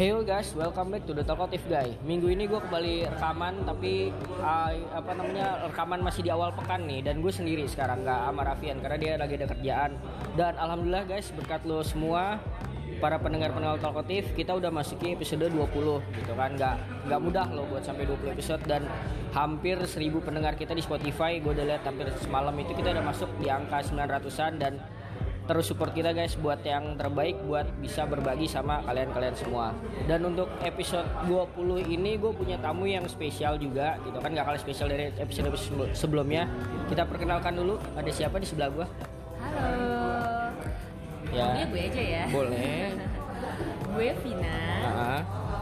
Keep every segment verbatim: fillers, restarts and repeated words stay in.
Hey guys, welcome back to the Talkative Guy. Minggu ini gue kembali rekaman, tapi uh, apa namanya rekaman masih di awal pekan nih, dan gue sendiri sekarang nggak sama Raffian karena dia lagi ada kerjaan. Dan alhamdulillah guys, berkat lo semua para pendengar-pendengar Talkative, kita udah masuki episode dua puluh gitu kan. Nggak nggak mudah loh buat sampai dua puluh episode, dan hampir seribu pendengar kita di Spotify. Gue udah lihat hampir semalam itu kita udah masuk di angka sembilan ratusan, dan terus support kita guys buat yang terbaik, buat bisa berbagi sama kalian-kalian semua. Dan untuk episode dua puluh ini gue punya tamu yang spesial juga gitu kan, gak kalah spesial dari episode sebelumnya. Kita perkenalkan dulu, ada siapa di sebelah gue? Halo. Ya. Namanya gue aja ya. Boleh. Gue Vina. Uh-huh.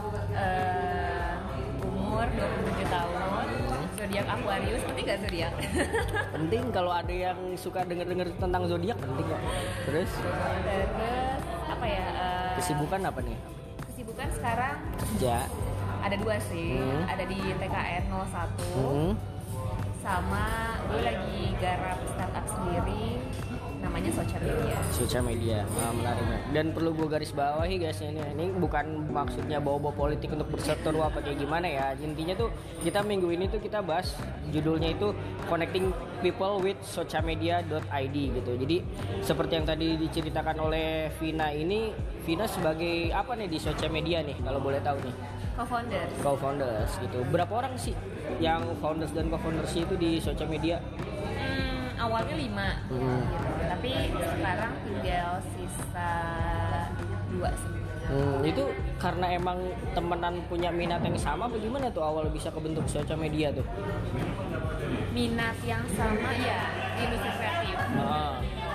uh, umur dua puluh tujuh tahun. Zodiak Aquarius, penting gak zodiak? Penting, kalau ada yang suka denger-denger tentang zodiak penting kok. Terus? Terus apa ya? Uh, Kesibukan apa nih? Kesibukan sekarang Kerja. ada dua sih. Hmm. Ada di T K N nol satu. Hmm. Sama gue lagi garap startup sendiri, namanya Social Media. Sosial media, nah, menarik. Dan perlu gue garis bawahi guys, ini ini bukan maksudnya bawa-bawa politik untuk berseteru apa kayak gimana ya. Intinya tuh kita minggu ini tuh kita bahas, judulnya itu Connecting People with Social Media dot I D gitu. Jadi seperti yang tadi diceritakan oleh Vina ini, Vina sebagai apa nih di social media nih kalau boleh tahu nih? Co-founders. Co-founders gitu. Berapa orang sih yang founders dan co-founders itu di social media? Hmm, awalnya lima, Hmm. gitu. Tapi sekarang tinggal sisa dua sebenarnya. Hmm, itu karena emang temenan punya minat yang sama, bagaimana tuh awal bisa kebentuk social media tuh? Minat yang sama ya di industri kreatif. Ah.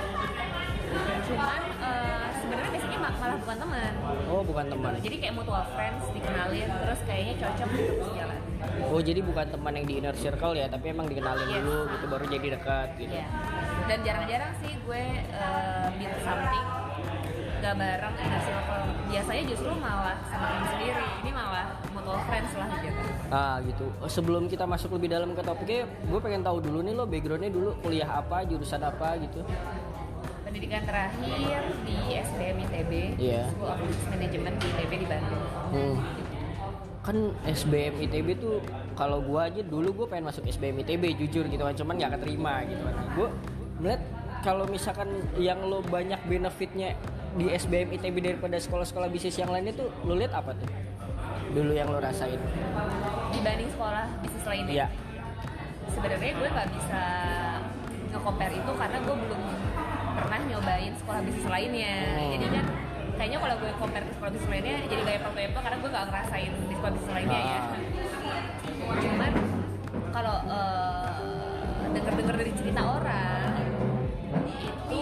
Cuman uh, sebenarnya basicnya ma- malah bukan teman. Oh, bukan teman. Jadi kayak mutual friends dikenalin, terus kayaknya cocok untuk sejalan. Oh, jadi bukan teman yang di inner circle ya, tapi emang dikenalin Yes. dulu gitu baru jadi dekat gitu. Iya. Dan jarang-jarang sih gue uh, meet something gak bareng inner circle. Biasanya justru malah sama temen sendiri. Ini malah mutual friends lah gitu. Ah gitu. Oh, sebelum kita masuk lebih dalam ke topiknya, gue pengen tahu dulu nih lo backgroundnya dulu kuliah apa, jurusan apa gitu. Pendidikan terakhir di S B M I T B, Iya. School of Business Management di I T B di Bandung. Hmm. Kan S B M I T B tuh kalau gue aja dulu gue pengen masuk S B M I T B jujur gitu kan, cuman nggak keterima gitu kan. Gue melihat kalau misalkan yang lo banyak benefitnya di S B M I T B daripada sekolah-sekolah bisnis yang lainnya tuh lo lihat apa tuh dulu yang lo rasain Dibanding sekolah bisnis lainnya. Iya. Sebenarnya gue nggak bisa nge-compare itu karena gue belum pernah nyobain sekolah bisnis lainnya. Hmm. Jadi kan kayaknya kalau gue compare ke sekolah bisnis lainnya jadi kayak apa-apa karena gue nggak ngerasain di sekolah bisnis lainnya ya. Ah. Cuman kalau uh, denger-denger dari cerita orang itu,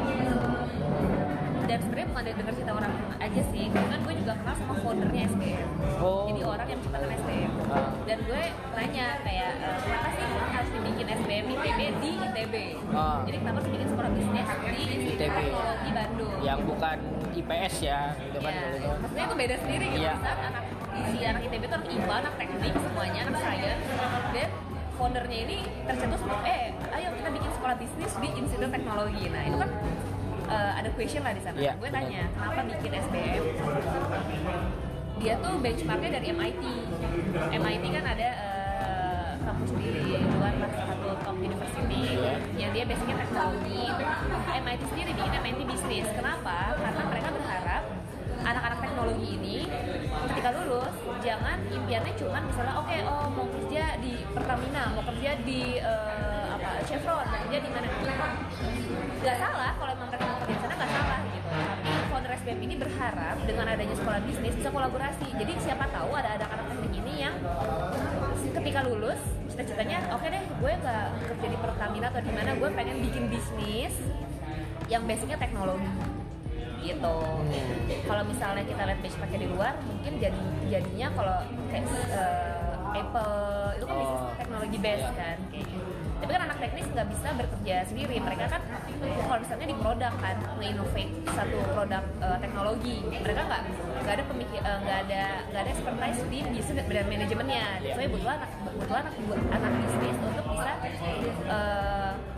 dan sebenarnya bukan dari denger cerita orang aja sih, kan gue juga kenal sama foundernya S B M. Oh. Jadi orang yang menciptakan S B M. Ah. Dan gue nanya kayak e, kenapa sih harus dibikin S B M I T B di I T B? Ah. Jadi kenapa harus bikin sekolah bisnis di Institut I T B. Teknologi Bandung? yang bukan I P S ya gitu kan. Ya, kalau itu. maksudnya itu beda sendiri gitu. Iya. Saat anak si anak I T B itu anak I P A, anak teknik semuanya, anak science, dan foundernya ini tercetus untuk eh ayo kita bikin sekolah bisnis di Institut Teknologi. Nah itu kan uh, ada question lah di sana. Iya, Gue benar. tanya kenapa bikin S B M? Dia tuh benchmarknya dari M I T. M I T kan ada uh, kampus di luar lah, satu top university Iya. yang dia basicnya teknologi. M I T sendiri bikin M I T bisnis. Kenapa? Karena mereka berharap anak-anak teknologi ini ketika lulus jangan impiannya cuma misalnya oke okay, oh mau kerja di Pertamina, mau kerja di uh, apa Chevron, mau kerja di mana, nggak salah kalau memang mereka mau kerja di sana, nggak salah gitu. Tapi founder S B M ini berharap dengan adanya sekolah bisnis bisa kolaborasi. Jadi siapa tahu ada anak-anak teknik ini yang ketika lulus cita-citanya oke okay deh gue nggak kerja di Pertamina atau di mana, gue pengen bikin bisnis yang basicnya teknologi gitu. Kalau misalnya kita lihat benchmarknya di luar, mungkin jadi jadinya kalau kayak uh, Apple itu kan bisnis Oh. teknologi base kan kayak gitu. Tapi kan anak teknis nggak bisa bekerja sendiri. Mereka kan kalau misalnya di produk kan nge-innovate satu produk uh, teknologi, mereka nggak nggak ada pemikir uh, nggak ada nggak ada expertise di bisnis dan manajemennya. Soalnya butuh anak butuh anak anak bisnis untuk bisa uh,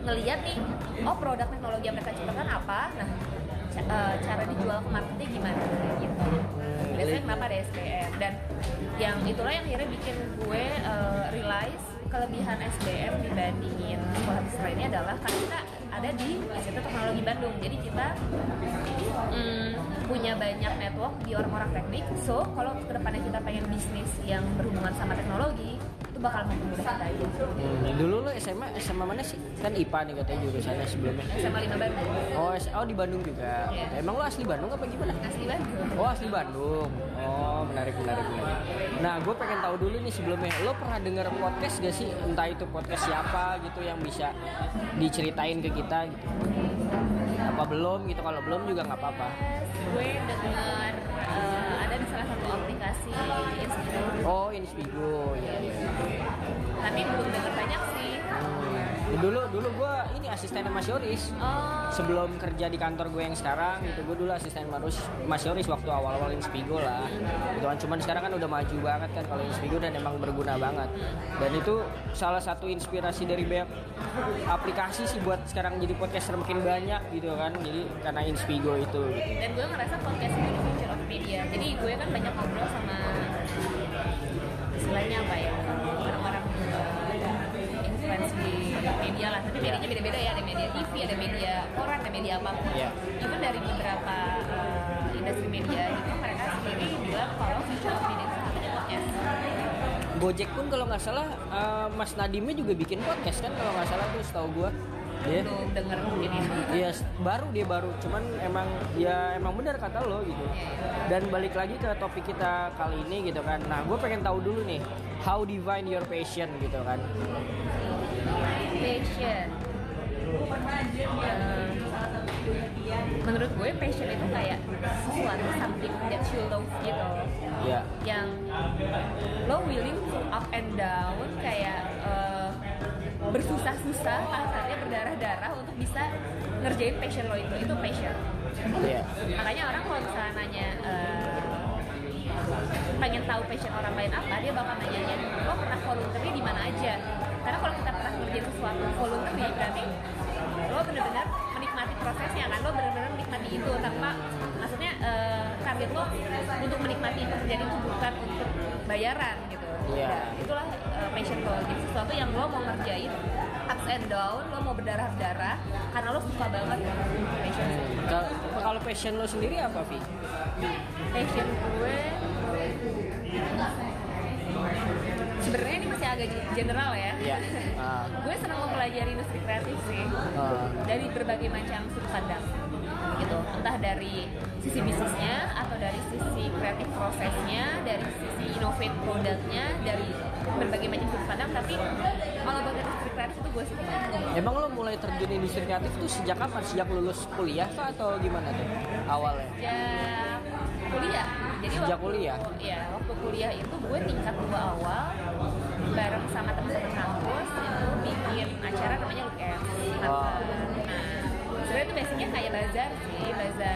ngelihat nih, oh produk teknologi yang mereka ciptakan apa, nah ca- uh, cara dijual ke marketnya gimana gitu. Biasanya kenapa ada S B M, dan yang itulah yang akhirnya bikin gue uh, realize kelebihan S B M dibandingin sekolah bisnis lainnya adalah karena kita ada di Institut Teknologi Bandung, jadi kita mm, punya banyak network di orang-orang teknik. So kalau kedepannya kita pengen bisnis yang berhubungan sama teknologi, itu bakal memudahkan kita gitu. Hmm, dulu lo S M A S M A mana sih? Kan I P A nih katanya jurusannya sebelumnya. S M A lima Bandung. Oh, S- oh di Bandung juga. Yeah. Emang lo asli Bandung apa gimana? Asli Bandung. Oh asli Bandung. Oh menarik menarik menarik. Nah gue pengen tahu dulu nih sebelumnya, lo pernah denger podcast gak sih? Entah itu podcast siapa gitu yang bisa diceritain ke kita gitu. Apa belum gitu? Kalau belum juga nggak apa-apa. Gue dengar uh, ada di salah satu aplikasi Inspigo. Oh Inspigo ya. Tapi belum dengar banyak sih. Hmm. Dulu dulu gue ini asistennya Mas Yoris. Oh. Sebelum kerja di kantor gue yang sekarang gitu, gue dulu asisten Mas Mas Yoris waktu awal-awal Inspigo lah. Gitu kan, cuman sekarang kan udah maju banget kan kalau Inspigo dan emang berguna banget. Dan itu salah satu inspirasi dari banyak aplikasi sih buat sekarang jadi podcaster makin banyak gitu kan. Jadi karena Inspigo itu. Gitu. Dan gue ngerasa podcast ini future of media. Jadi gue kan banyak ngobrol sama istilahnya apa ya, orang-orang uh, influence di media lah. Tapi medianya beda-beda ya, ada media T V, ada media koran, ada media apapun. Yeah. Even dari beberapa uh, industri media gitu, mereka sendiri bilang kalau future of media itu katanya podcast. Gojek pun kalau nggak salah uh, Mas Nadimnya juga bikin podcast kan kalau nggak salah tuh setahu gue. Dia Belum denger mungkin ya. Iya baru dia baru, cuman emang ya emang benar kata lo gitu. Dan balik lagi ke topik kita kali ini gitu kan. Nah gue pengen tahu dulu nih, how define your passion gitu kan. Passion. Uh, menurut gue passion itu kayak sesuatu something that you love gitu. Iya. Yang lo willing to up and down, kayak uh, bersusah-susah, kasarnya berdarah-darah untuk bisa ngerjain passion lo itu. Itu passion. Iya. Makanya orang kalau misalnya nanya uh, pengen tahu passion orang lain apa, dia bakal nanya, lo pernah voluntary di mana aja? Karena kalau kita pernah ngerjain sesuatu voluntary, berarti lo benar-benar menikmati prosesnya kan, lo benar-benar menikmati itu tanpa, maksudnya uh, target lo untuk menikmati itu, jadi itu bukan untuk bayaran gitu. Iya. Nah, itulah uh, passion lo, jadi sesuatu yang lo mau ngerjain ups and down, lo mau berdarah-darah karena lo suka banget passion. Hmm. Kal- Kalau passion lo sendiri apa, Vi? Passion gue sebenarnya ini masih agak general ya. Iya. Uh. Gue senang mempelajari industri kreatif sih, Uh. dari berbagai macam sudut pandang gitu, entah dari sisi bisnisnya atau dari sisi kreatif prosesnya, dari sisi innovate produknya, dari berbagai macam sudut pandang. Tapi kalau buat industri kreatif itu gue suka. Emang lo mulai terjun di industri kreatif tuh sejak kapan? Sejak lulus kuliah kah atau gimana tuh awalnya? Sejak kuliah. Jadi Sejak waktu, kuliah? Ya, waktu kuliah itu gue tingkat dua awal bareng sama teman-teman kampus itu bikin acara namanya Weekend. Nah, Oh. sebenarnya itu basicnya kayak bazar sih, bazar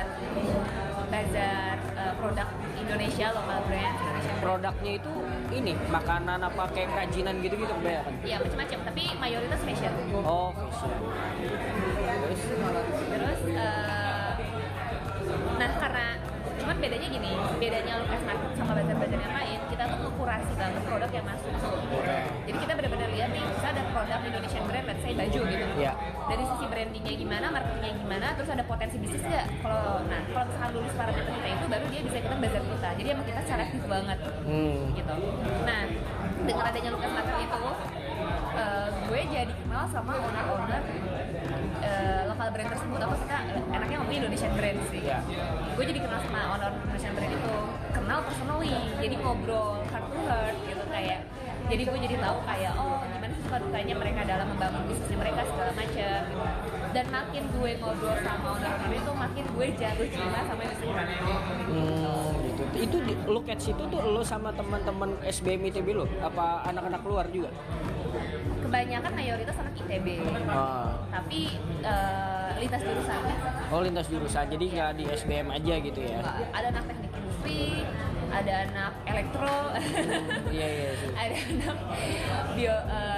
bazar uh, produk Indonesia, local brand Indonesia. Produknya itu ini makanan apa kayak kerajinan gitu-gitu kebanyakan? Iya, macam-macam, tapi mayoritas fashion. Oh, fashion. Terus? Terus uh, nah karena cuman bedanya gini, bedanya Lucas Market sama bazar-bazar yang lain, kita tuh ngekurasi banget produk yang masuk. Jadi kita benar-benar lihat nih, bisa ada produk Indonesian brand, let's say baju gitu. Iya. Dari sisi brandingnya gimana, marketingnya gimana, terus ada potensi bisnis nggak? Kalau nah kalau misalkan lulus parameter kita itu, baru dia bisa ikutan bazar kita. Jadi emang kita selektif banget, Hmm. gitu. Nah dengan adanya Lucas Market itu, uh, gue jadi kenal sama owner-owner uh, lokal brand tersebut. Atau kita enaknya ngomongin Indonesian brand sih. Iya. Gue jadi kenal sama owner Indonesian brand itu, kenal personally, jadi ngobrol heart to heart gitu, kayak jadi gue jadi tahu kayak oh gimana sih suka dukanya mereka dalam membangun bisnisnya mereka segala macam gitu. Dan makin gue ngobrol sama owner-owner itu, makin gue jatuh cinta sama industri kreatif. Hmm, gitu. Itu di, lo catch itu tuh lo sama teman-teman S B M I T B lo? Apa anak-anak luar juga? Kebanyakan mayoritas anak I T B, Ah. tapi uh, lintas jurusan. Oh lintas jurusan, jadi nggak di S B M aja gitu ya? Nggak, ada anak teknik industri, ada anak elektro, Iya iya sih. ada anak bio, uh,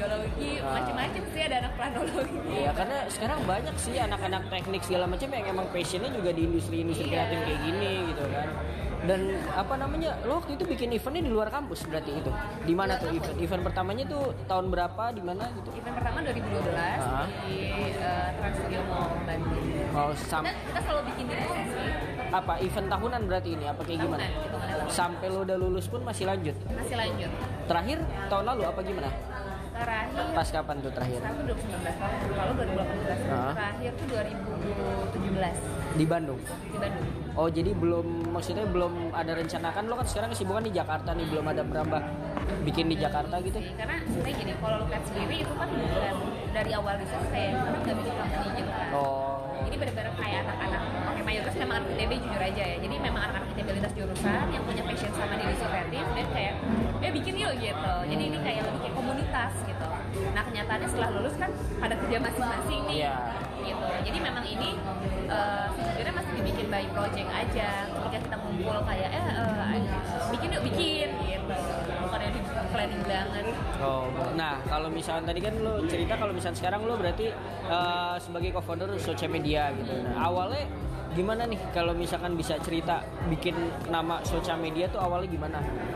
biologi, Ah. macam-macam sih, ada anak planologi. Iya, karena sekarang banyak sih anak-anak teknik segala macam yang emang passionnya juga di industri-industri Iya. kreatif kayak gini gitu kan. Dan apa namanya, lo waktu itu bikin eventnya di luar kampus berarti itu? Di mana tuh event? Event pertamanya tuh tahun berapa, di mana gitu? Event pertama dua ribu dua belas Ah. di uh, Trans Studio Mall Bandung. Oh, sam Kita, kita selalu bikin di sih. apa event tahunan berarti ini? Apa kayak gimana? Tahunan, hitungannya tahunan. Sampai lo udah lulus pun masih lanjut. Masih lanjut. Terakhir tahun lalu apa gimana? Terakhir Pas kapan tuh terakhir? sekarang tuh dua ribu sembilan belas, lalu dua ribu delapan belas. Ah. Terakhir tuh dua ribu tujuh belas Di Bandung. di Bandung. Oh, jadi belum, maksudnya belum ada rencana, kan lo kan sekarang kesibukan di Jakarta nih, belum ada merambah bikin di Jakarta gitu? Sih, karena sebenarnya gini, kalau lu lihat sendiri itu kan bukan dari awal riset kayak kita nggak bikin company gitu kan. Oh. Jadi benar-benar kayak anak-anak, oke mayoritas memang anak I T B jujur aja ya. Jadi memang anak-anak I T B lintas jurusan yang punya passion sama di industri kreatif dan kayak, ya bikin yuk gitu. Jadi ini kayak lebih kayak komunitas gitu. Nah kenyataannya setelah lulus kan pada kerja masing-masing nih. Iya. Gitu. Jadi memang ini uh, sejujurnya masih dibikin by project aja. Ketika kita ngumpul kayak eh uh, bikin yuk bikin gitu. Bukan yang di planning banget. Oh, nah kalau misalkan tadi kan lo cerita kalau misalkan sekarang lo berarti uh, sebagai co-founder social media gitu. Nah, awalnya gimana nih kalau misalkan bisa cerita bikin nama social media tuh awalnya gimana?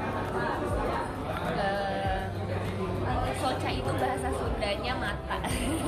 Uh, Soca itu bahasa Sundanya mata.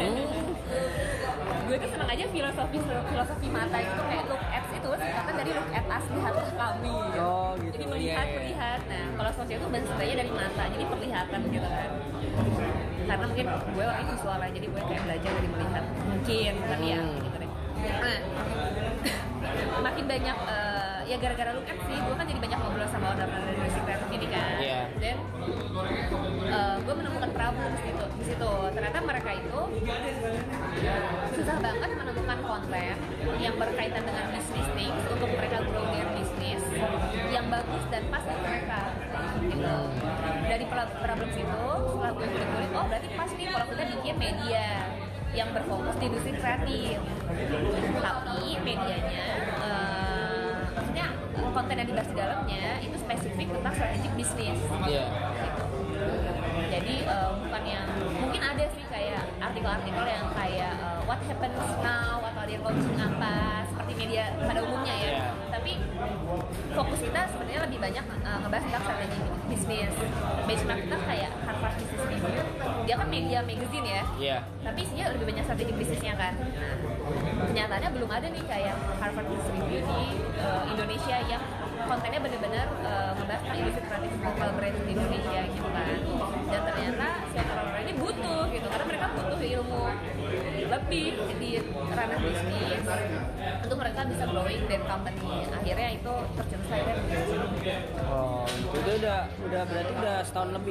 Gue tuh seneng aja filosofi filosofi mata itu kayak look at itu singkatan dari look at us, lihatlah kami. Oh, gitu. Jadi melihat Iya, iya. melihat. Nah kalau Soca itu bahasa Sundanya dari mata, jadi perlihatan gitu kan. Karena mungkin gue orangnya visual aja, jadi gue kayak belajar dari melihat mungkin kan ya Hmm. gitu deh. Nah, makin banyak uh, ya gara-gara look at sih, gue kan jadi banyak ngobrol sama owner-owner dari industri kreatif ini kan. Iya. Dan uh, gue menemukan problem di situ. Di situ ternyata mereka itu susah banget menemukan konten yang berkaitan dengan bisnis things untuk mereka grow their business yang bagus dan pas buat mereka. Gitu. Dari problem situ, setelah gue kulik-kulik, oh berarti pas nih kalau kita bikin media yang berfokus di industri kreatif, tapi medianya uh, maksudnya konten yang dibahas di dalamnya itu spesifik tentang strategic bisnis. Iya. Gitu. Jadi uh, bukan yang mungkin ada sih kayak artikel-artikel yang kayak uh, what happens now atau dia launching apa seperti media pada umumnya ya. Yeah. Tapi fokus kita sebenarnya lebih banyak uh, ngebahas tentang strategi bisnis. Benchmark kita kayak Harvard Business Review. Dia kan media magazine ya. Iya. Tapi isinya lebih banyak strategi bisnisnya kan. Nah, kenyataannya belum ada nih kayak Harvard Business Review di uh, Indonesia yang kontennya benar-benar uh, ngebahas tentang industri kreatif local brand di Indonesia gitu kan. Dan ternyata si orang-orang ini butuh gitu karena mereka butuh ilmu lebih di ranah bisnis untuk mereka bisa growing their company. Akhirnya itu tercetus akhirnya begitu. Oh, itu udah udah berarti udah setahun lebih.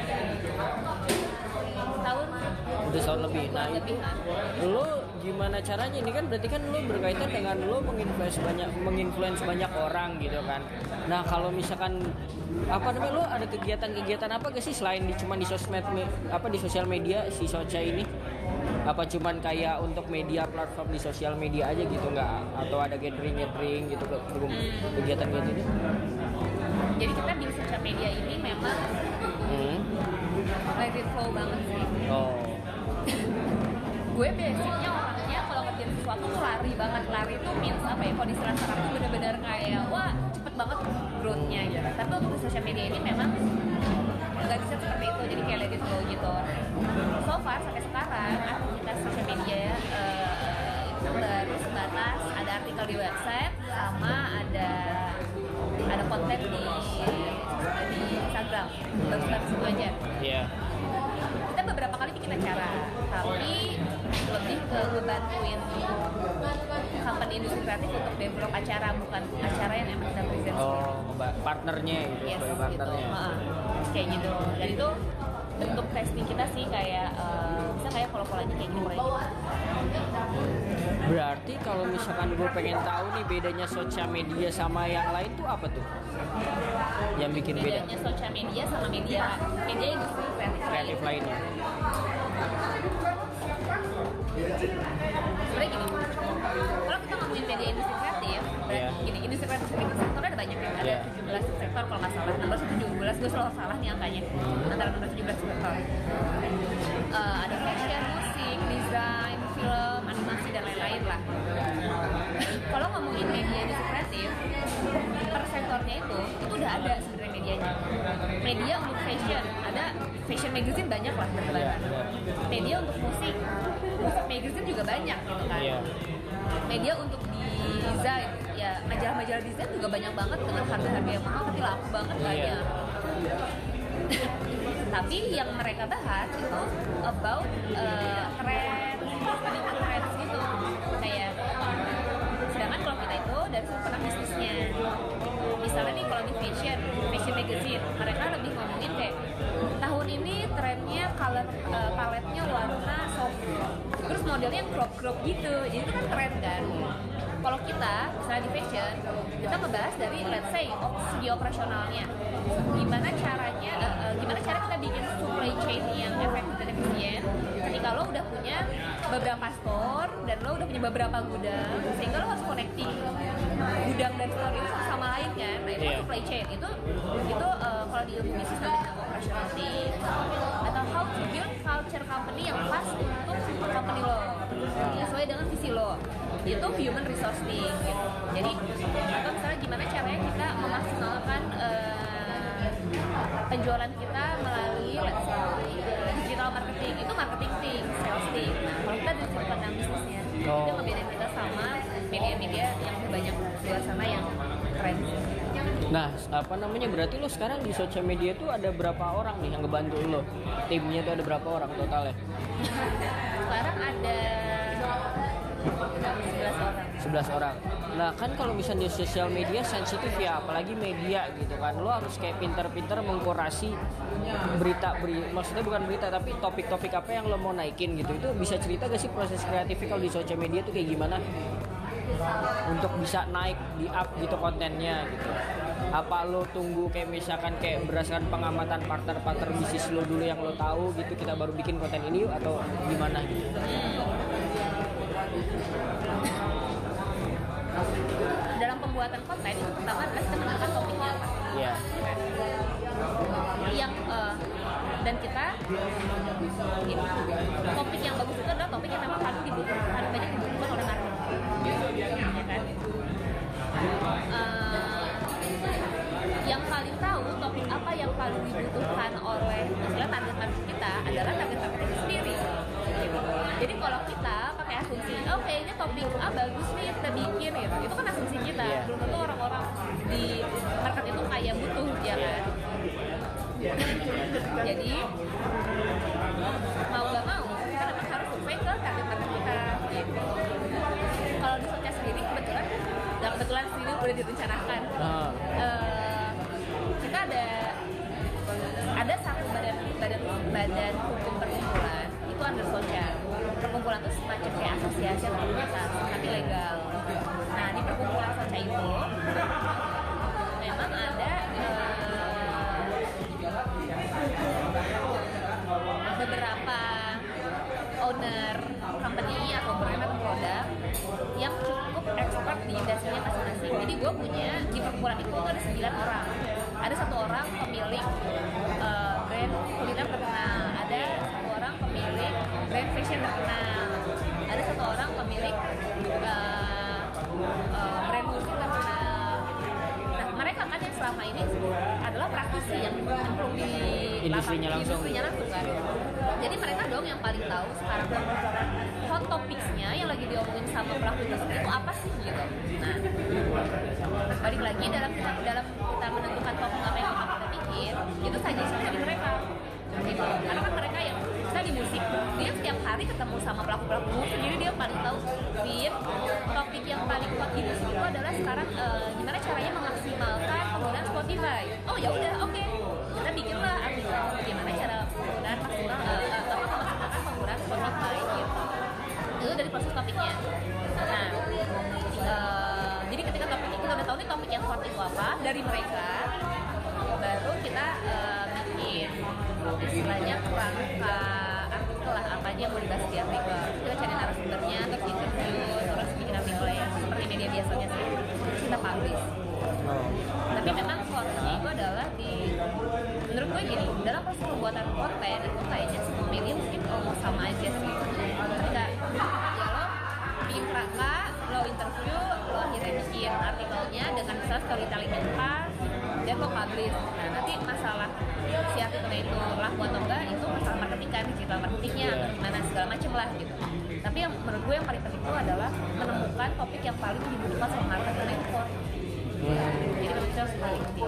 Tahun Udah setahun lebih. Nah, lebih itu kan. lo gimana caranya? Ini kan berarti kan lo berkaitan dengan lo menginfluence banyak menginfluence banyak orang gitu kan. Nah, kalau misalkan apa namanya lo ada kegiatan-kegiatan apa gak sih selain di cuman di sosmed me- apa di sosial media si Soca ini? Apa cuman kayak untuk media platform di sosial media aja gitu nggak? Atau ada gathering-gathering gitu ke- kegiatan gitu? Jadi kita di sosial media ini memang Hmm. let it flow banget sih. Oh. Gue basicnya orangnya kalau ngerjain sesuatu tuh lari banget. Lari tuh means apa ya, kalau di istilah sekarang tuh bener-bener kayak wah cepet banget growth-nya gitu. Tapi untuk di sosial media ini memang nggak bisa seperti itu, jadi kayak let it flow gitu. So far sampai sekarang aktivitas sosial media uh, itu baru sebatas ada artikel di website sama ada ada konten di di Instagram, baru sebatas itu aja. Iya. Kita beberapa kali bikin acara, tapi lebih ke ngebantuin company industri kreatif untuk develop acara, bukan acara yang emang kita present. Oh, ba- partnernya gitu, Yes, sebagai gitu. partnernya. Heeh. Kayak gitu. Dan itu bentuk testing kita sih kayak uh, bisa kayak pola-polanya kayak gini kayak gitu. Berarti kalau misalkan gue pengen tahu nih bedanya sosial media sama yang lain tuh apa tuh? Yang bikin beda? Bedanya sosial media sama media media industri kreatif, Kreatif lain. lainnya. Sebenarnya gini, kalau kita ngomongin media industri kreatif, berarti Iya. gini, industri kreatif sektor sektornya ada banyak ya, ada Iya. tujuh belas sektor kalau nggak salah, enam belas tujuh belas, gue selalu salah nih angkanya, antara enam belas tujuh belas sektor. uh, ada fashion, musik, desain, film, animasi dan lain-lain lah. Kalau ngomongin media industri kreatif, per sektornya itu itu udah ada sebenarnya medianya. Media untuk fashion, ada fashion magazine banyak lah bertebaran. Media untuk musik, musik magazine juga banyak gitu kan. Media untuk desain, ya majalah-majalah desain juga banyak banget dengan harga-harga yang mahal tapi laku banget banyak. Tapi yang mereka bahas itu about uh, trend, studying trends gitu. Kayak, sedangkan kalau kita itu dari sudut pandang bisnisnya. Misalnya nih kalau di fashion, fashion magazine, mereka lebih ngomongin kayak tahun ini trennya color uh, paletnya warna soft, terus modelnya yang crop crop gitu, jadi itu kan tren kan. Kalau kita misalnya di fashion, kita ngebahas dari let's say segi operasionalnya, gimana caranya, uh, uh, gimana cara kita bikin supply chain yang efektif dan efisien. Ketika lo udah punya beberapa store dan lo udah punya beberapa gudang, sehingga lo harus connecting gudang dan store itu sama lain kan. Nah itu yeah. supply chain itu itu uh, kalau di ilmu bisnis namanya operationality atau how to build culture company yang pas untuk company lo, sesuai dengan visi lo. Itu human resource thing gitu. Jadi atau misalnya gimana caranya kita memaksimalkan uh, penjualan kita melalui let's say digital marketing, itu marketing thing, sales thing. Nah kalau kita dari sudut pandang bisnisnya, oh. itu ngebedain kita sama media-media yang banyak di luar sana yang keren. Nah, apa namanya, berarti lo sekarang di sosial media tuh ada berapa orang nih yang ngebantu lo? Timnya tuh ada berapa orang totalnya? Sekarang ada sebelas orang. sebelas orang. Nah, kan kalau misalnya di sosial media sensitif ya, apalagi media gitu kan. Lo harus kayak pinter-pinter mengkurasi berita, beri, maksudnya bukan berita tapi topik-topik apa yang lo mau naikin gitu. Itu bisa cerita gak sih proses kreatif kalau di sosial media tuh kayak gimana? Untuk bisa naik di up gitu kontennya gitu. Apa lo tunggu kayak misalkan kayak berdasarkan pengamatan partner-partner bisnis lo dulu yang lo tahu gitu, kita baru bikin konten ini yuk, atau gimana gitu? Dalam pembuatan konten itu pertama adalah kita menentukan topiknya apa. Iya. Yang uh, dan kita ini, topik yang bagus itu adalah topik yang memang paling dibutuhkan, paling banyak dibutuhkan oleh market. Ya kan? Uh, yang paling tahu topik apa yang paling dibutuhkan oleh misalnya target market kita adalah target market itu sendiri. Jadi kalau kita pakai asumsi, oh kayaknya topik A bagus nih kita bikin gitu, itu kan asumsi kita. Yeah. Belum tentu orang-orang di market itu kayak butuh ya kan. Yeah. Jadi mau gak mau kita memang harus survei ke target market kita. Gitu. Kalau di Socha sendiri kebetulan, dan kebetulan sendiri udah direncanakan. Uh. Uh, kita ada ada satu badan badan badan hukum perkumpulan itu under Socha. Perkumpulan itu semacam kayak asosiasi atau komunitas tapi legal. Nah di perkumpulan Socha itu memang ada uh, beberapa owner company atau brand atau produk yang cukup expert di industrinya masing-masing. Jadi gue punya di perkumpulan itu ada sembilan orang. Ada satu orang pemilik uh, brand kuliner terkenal, ada satu orang pemilik brand fashion terkenal, ada satu orang pemilik uh, uh, brand musik terkenal. Nah mereka kan yang selama ini adalah praktisi yang nyemplung di industrinya langsung. industrinya langsung kan. Jadi mereka dong yang paling tahu sekarang hot topics-nya yang lagi diomongin sama pelaku industri itu apa sih gitu. Nah balik lagi dalam kita dalam kita menentukan topik apa yang kita pikir itu saja sih dari mereka gitu. Karena kan mereka yang kita di musik, dia setiap hari ketemu sama pelaku-pelaku musik, jadi dia paling tahu sih topik yang paling hot di musik itu adalah sekarang uh, gimana caranya memaksimalkan penggunaan Spotify. Oh ya udah oke okay. Kita bikinlah artikel bagaimana cara penggunaan maksimal uh, uh, apa memaksimalkan penggunaan Spotify gitu. Itu dari proses topiknya. Nah uh, jadi ketika topiknya kita udah tahu nih topik yang hot itu apa dari mereka, baru kita uh, bikin istilahnya kerangka artikel lah apa aja yang mau dibahas di artikel. Kita cari narasumbernya, terus interview, terus bikin artikel yang seperti media biasanya sih kita publish. Tapi memang core-nya itu adalah di menurut gue gini, dalam proses pembuatan konten itu kayaknya semua media mungkin A, lo interview, lo akhirnya bikin artikelnya dengan misalnya storytelling yang pas, dan lo publish. Nah nanti masalah si artikelnya itu laku atau enggak itu masalah marketing kan, digital marketingnya atau gimana segala macem lah gitu. Tapi yang menurut gue yang paling penting itu adalah menemukan topik yang paling dibutuhkan sama market dan itu core. Jadi menurut gue harus paling penting.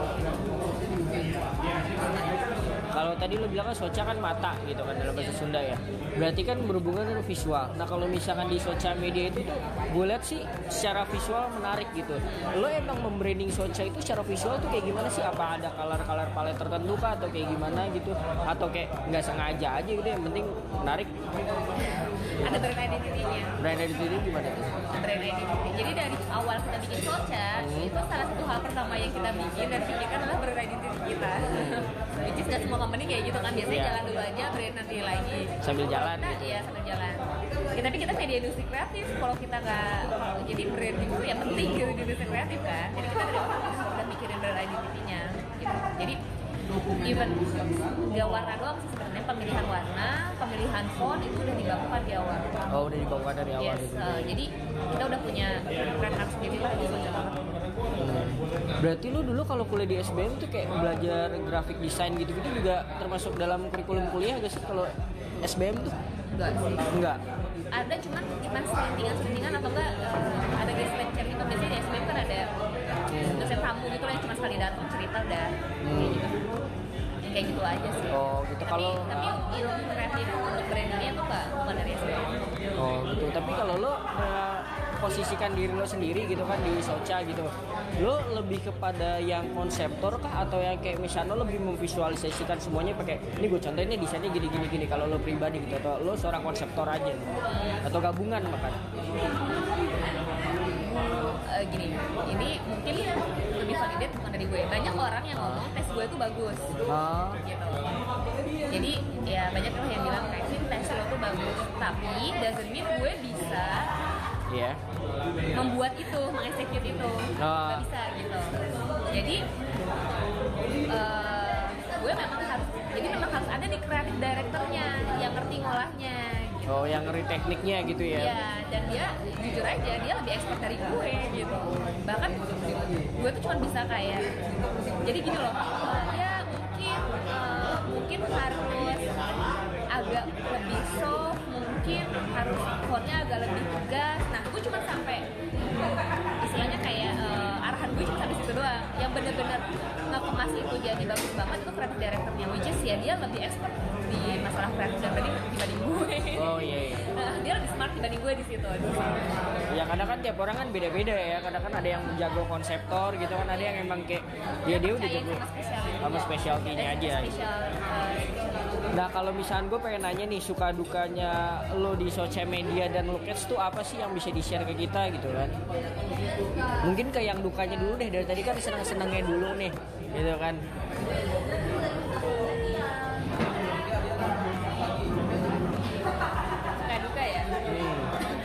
Kalau tadi lo bilang kan soca kan mata gitu kan dalam bahasa Sunda ya. Berarti kan berhubungan dengan visual. Nah kalau misalkan di soca media itu tuh gue lihat sih secara visual menarik gitu. Lo emang membranding soca itu secara visual tuh kayak gimana sih? Apa ada color-color palet tertentu kah atau kayak gimana gitu? Atau kayak nggak sengaja aja gitu yang penting menarik? Ada brand identity-nya. Brand identity gimana tuh? Brand identity. Jadi dari awal kita bikin soca, hmm. itu salah satu hal pertama yang kita bikin dan pikirkan adalah brand identity kita. Which is gak semua company kayak gitu kan, biasanya yeah. jalan dulu aja, brand nanti lagi. Sambil jalan kita, gitu. Iya, sambil jalan. Ya, tapi kita media industri kreatif, kalau kita nggak jadi branding itu ya penting gitu di industri kreatif kan. Jadi kita dari awal udah mikirin brand identity-nya gitu. Jadi even gak warna doang sih sebenarnya, pemilihan warna, pemilihan font itu udah dilakukan di awal. Oh udah dilakukan dari awal yes, gitu. Uh, jadi kita udah punya brand art sendiri lah di soca banget. Hmm. Berarti lu dulu kalau kuliah di S B M tuh kayak belajar graphic design gitu-gitu juga termasuk dalam kurikulum kuliah gak sih kalau S B M tuh? Enggak sih. Enggak. Ada cuman cuman selintingan-selintingan atau enggak uh, ada guest lecture gitu, biasanya di S B M kan ada hmm. dosen tamu gitu lah yang cuma sekali datang cerita udah hmm. kayak gitu. Kayak gitu aja sih. Oh gitu. Tapi, kalau tapi ilmu kreatif untuk brandingnya tuh enggak bukan dari S B M. Oh gitu. Tapi kalau lo uh, posisikan diri lo sendiri gitu kan di soca gitu, lo lebih kepada yang konseptor kah atau yang kayak misalnya lo lebih memvisualisasikan semuanya pakai ini gue contohin nih desainnya gini gini gini kalau lo pribadi gitu, atau lo seorang konseptor aja gitu? Atau gabungan bahkan? Uh, gini, ini mungkin lebih validate bukan dari gue. Banyak orang yang ngomong tes gue itu bagus, ah. gitu. Jadi ya banyak orang yang bilang kayak tes lo tuh bagus, tapi doesn't mean gue bisa yeah. membuat itu, mengeksekut itu, ah. nggak bisa gitu. Jadi uh, gue memang harus, jadi memang harus ada di creative directornya yang ngerti ngolahnya. Gitu. Oh, yang ngeri tekniknya gitu ya? Iya, dan dia jujur aja dia lebih expert dari gue gitu. Bahkan gue tuh cuma bisa kayak, jadi gini loh, ya mungkin uh, mungkin harus agak lebih soft, mungkin harus fontnya agak lebih tegas. Nah, gue cuma sampai istilahnya kayak uh, arahan gue cuma sampai situ doang. Yang bener-bener ngekemas itu jadi bagus banget itu creative directornya, which is ya dia lebih expert di masalah kreatif dan branding dibanding gue. Oh iya. iya. Nah, dia lebih smart dibanding gue di situ. Ya kadang kan tiap orang kan beda-beda ya. Kadang kan ada yang jago konseptor gitu kan, ada yang emang kayak dia dia udah jago sama spesialtinya aja. Spesial, uh, Nah kalau misalnya gue pengen nanya nih, suka dukanya lo di sosial media dan Lookets tuh apa sih yang bisa di-share ke kita gitu kan? Mungkin ke yang dukanya dulu deh, dari tadi kan senang-senangnya dulu nih gitu kan. Suka duka ya? Hmm.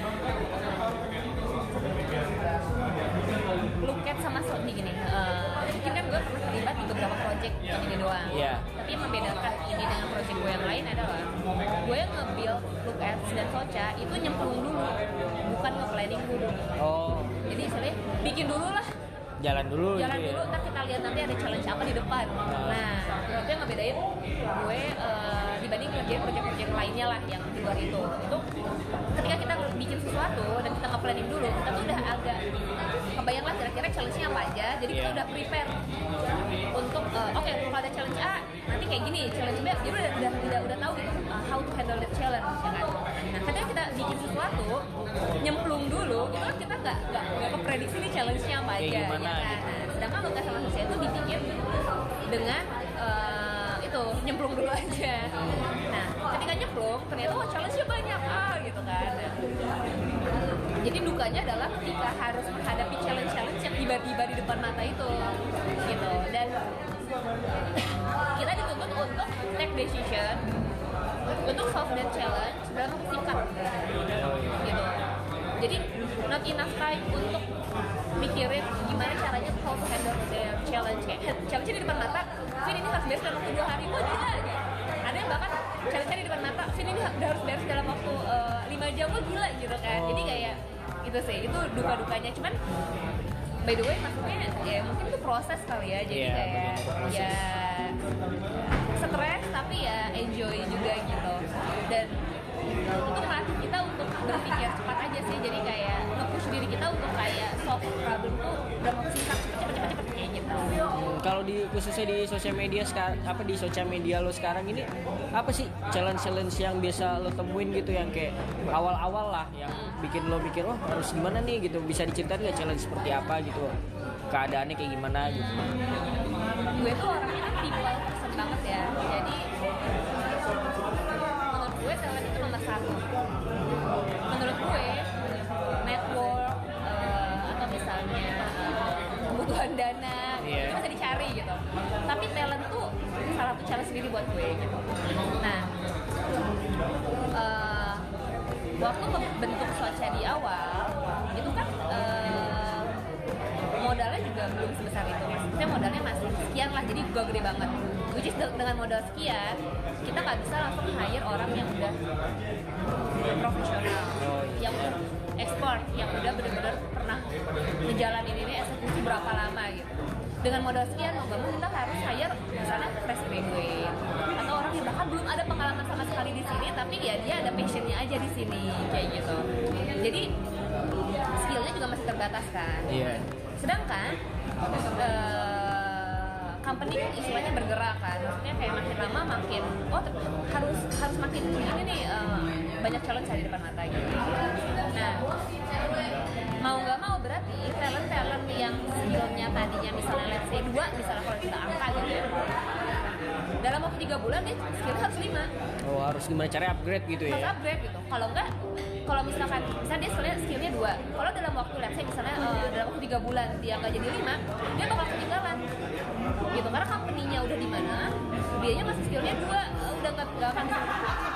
Lookets sama Sony gini, uh, mungkin kan gue pernah terlibat di beberapa project yang ini doang. Yeah. Tapi yang membedakan ini dengan project gue yang lain adalah gue yang nge-build Lookets dan Soca itu nyemplung dulu, bukan nge-planning dulu. Oh. Jadi istilahnya bikin dulu lah. Jalan dulu Jalan gitu dulu, ya? ntar kita lihat nanti ada challenge apa di depan. Nah, itu yang ngebedain gue uh, dibanding ngerjain project-project lainnya lah yang di luar itu. Itu ketika kita bikin sesuatu dan kita nge-planning dulu, kita tuh udah agak kebayang lah kira-kira challenge-nya apa aja. Jadi yeah. kita udah prepare untuk uh, oke okay, kalau ada challenge A nanti kayak gini, challenge B jadi udah udah udah, udah tahu gitu uh, how to handle that challenge ya kan. Nah, ketika kita bikin sesuatu nyemplung dulu, itu kan kita nggak nggak nggak keprediksi nih challenge-nya apa aja. Ya kan? Nah, sedangkan Lukas sama Sosial itu dibikin dengan uh, itu nyemplung dulu aja. Nah, ketika nyemplung ternyata oh challenge-nya banyak ah gitu kan. Nah, jadi dukanya adalah ketika harus menghadapi challenge-challenge yang tiba-tiba di depan mata itu gitu. Dan kita dituntut untuk take decision, untuk solve that challenge dalam waktu singkat gitu. Jadi not enough time untuk mikirin gimana caranya how to handle the challenge. Kayak challenge di depan mata, Vin ini harus beres dalam waktu dua hari, kok gila gitu. Ada yang bahkan challenge di depan mata, Vin ini harus beres dalam waktu uh, lima jam, kok gila gitu kan. Jadi kayak gitu sih, itu duka-dukanya. Cuman by the way maksudnya ya mungkin itu proses kali ya, jadi yeah, kayak ya stres tapi ya enjoy juga gitu. Dan itu melatih kita untuk berpikir cepat aja sih, jadi kayak nge-push diri kita untuk kayak solve problem tuh udah mau singkat cepet-cepet kayak gitu. Hmm, kalau di khususnya di sosial media sekarang, apa di sosial media lo sekarang ini apa sih challenge-challenge yang biasa lo temuin gitu yang kayak awal-awal lah yang bikin lo mikir oh harus gimana nih gitu, bisa diceritain nggak challenge seperti apa gitu, keadaannya kayak gimana gitu? Gue tuh orangnya kan people person banget ya, jadi menurut gue talent itu nomor satu. Menurut gue network uh, atau misalnya uh, kebutuhan dana yeah. itu bisa dicari gitu, tapi talent tuh salah satu challenge sendiri buat gue gitu. Nah uh, waktu bentuk Socha di awal itu kan uh, modalnya juga belum sebesar itu, maksudnya modalnya masih sekian lah, jadi gak gede banget. Which is dengan modal sekian kita nggak bisa langsung hire orang yang udah profesional, yang udah ekspor, yang udah benar-benar pernah ngejalanin ini eksekusi berapa lama gitu. Dengan modal sekian mau nggak mau kita harus hire misalnya fresh graduate atau orang yang bahkan belum ada pengalaman sama sekali di sini, tapi ya dia ada passionnya aja di sini kayak gitu. Jadi skillnya juga masih terbatas kan. Yeah. Sedangkan uh, company kan istilahnya bergerak kan, maksudnya kayak makin lama makin oh harus harus makin ini nih uh, banyak challenge di depan mata gitu. Nah mau nggak mau berarti talent talent yang skillnya tadinya misalnya let's say dua misalnya kalau kita angka gitu ya, dalam waktu tiga bulan dia skillnya harus lima. Oh harus gimana cara upgrade gitu ya? Harus upgrade gitu. Kalau enggak, kalau misalkan misalnya dia skillnya, skillnya dua, kalau dalam waktu let's say misalnya uh, dalam waktu tiga bulan dia nggak jadi lima, dia bakal ketinggalan gitu, karena company-nya udah di mana, dianya masih skillnya dua, uh, udah nggak nggak akan bisa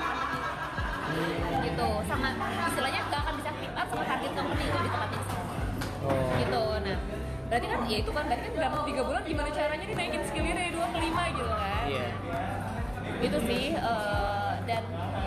gitu, sama istilahnya nggak akan bisa keep up sama target company itu di tempat yang sama. Oh. Gitu. Nah berarti kan ya itu kan berarti kan dalam waktu tiga bulan gimana caranya dia naikin skillnya dari dua ke lima gitu kan. Iya. Yeah. Itu sih uh, dan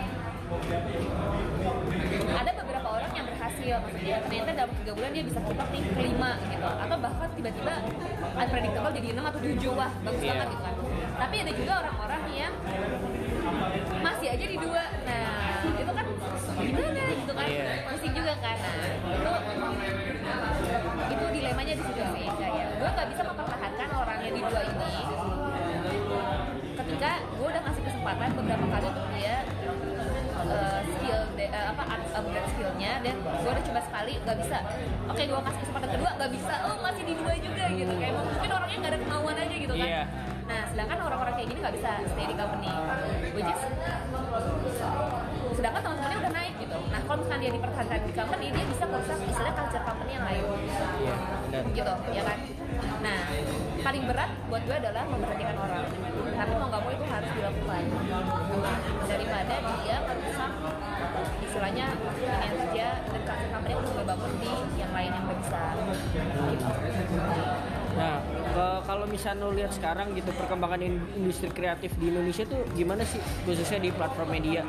ada beberapa orang yang berhasil, maksudnya ternyata dalam tiga bulan dia bisa keep up nih ke lima gitu, atau bahkan tiba-tiba unpredictable jadi enam atau tujuh, wah bagus yeah. banget gitu kan. Tapi ada juga orang-orang yang masih aja di dua, nah itu kan gimana gitu kan, yeah. pusing juga kan. Nah itu itu dilemanya di situ sih, kayak gue nggak bisa mempertahankan orang yang di dua ini ketika gue udah ngasih kesempatan beberapa kali untuk dia uh, skill de, uh, apa upgrade skillnya, dan gue udah coba sekali nggak bisa, oke gue kasih kesempatan kedua nggak bisa, oh masih di dua juga gitu, kayak mungkin orangnya nggak ada kemauan aja gitu kan. Yeah. Nah sedangkan orang-orang kayak gini nggak bisa stay di company, which is sedangkan teman-temannya udah naik gitu. Nah kalau misalkan dia dipertahankan di company, dia bisa merusak istilah culture company yang lain. Yeah. Gitu ya kan. Nah paling berat buat gue adalah memperhatikan orang, tapi mau nggak mau itu harus dilakukan daripada dia merusak istilahnya kinerja dan culture company yang udah gue bangun di yang lain yang lebih besar gitu. Nah, ke, kalau misalnya lo lihat sekarang gitu perkembangan industri kreatif di Indonesia tuh gimana sih, khususnya di platform media?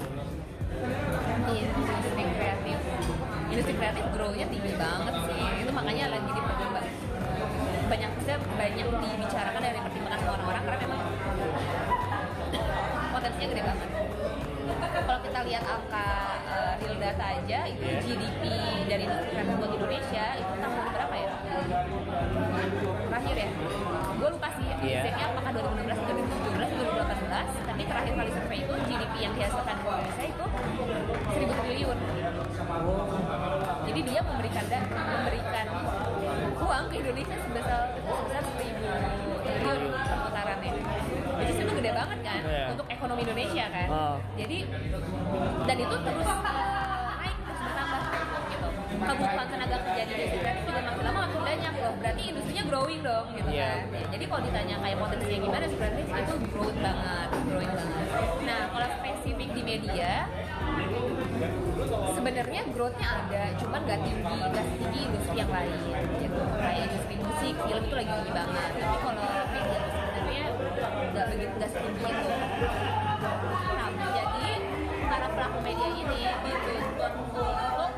Iya, industri kreatif, industri kreatif grow-nya tinggi banget sih. Itu makanya lagi dipertimbangkan banyak banyak dibicarakan dari pertimbangan orang-orang karena memang potensinya gede banget. Kalau kita lihat angka uh, real data aja, itu yeah. G D P dari industri kreatif buat Indonesia itu tahun berapa ya? Terakhir ya? Gue lupa sih, yeah. Exactnya apakah dua ribu enam belas, dua ribu tujuh belas, dua ribu delapan belas, tapi terakhir kali survei itu G D P yang dihasilkan di Indonesia itu seribu triliun. Jadi dia memberikan memberikan uang ke Indonesia sebesar sebesar seribu triliun perputarannya. Jadi itu gede banget kan, yeah. Untuk ekonomi Indonesia kan. Oh. Jadi dan itu terus uh, naik terus bertambah gitu. Kebutuhan tenaga kerja di industri kreatif juga makin lama makin banyak loh. Berarti industrinya growing dong gitu yeah. Kan. Ya, jadi kalau ditanya kayak potensinya gimana sebenarnya itu growing banget, growing banget. Nah kalau spesifik di media sebenarnya growth-nya ada, cuman nggak tinggi, nggak setinggi industri yang lain gitu. Kayak industri musik, film itu lagi tinggi banget. Tapi kalau media sebenarnya nggak begitu, nggak setinggi itu. Nah, jadi para pelaku media ini dituntut untuk lebih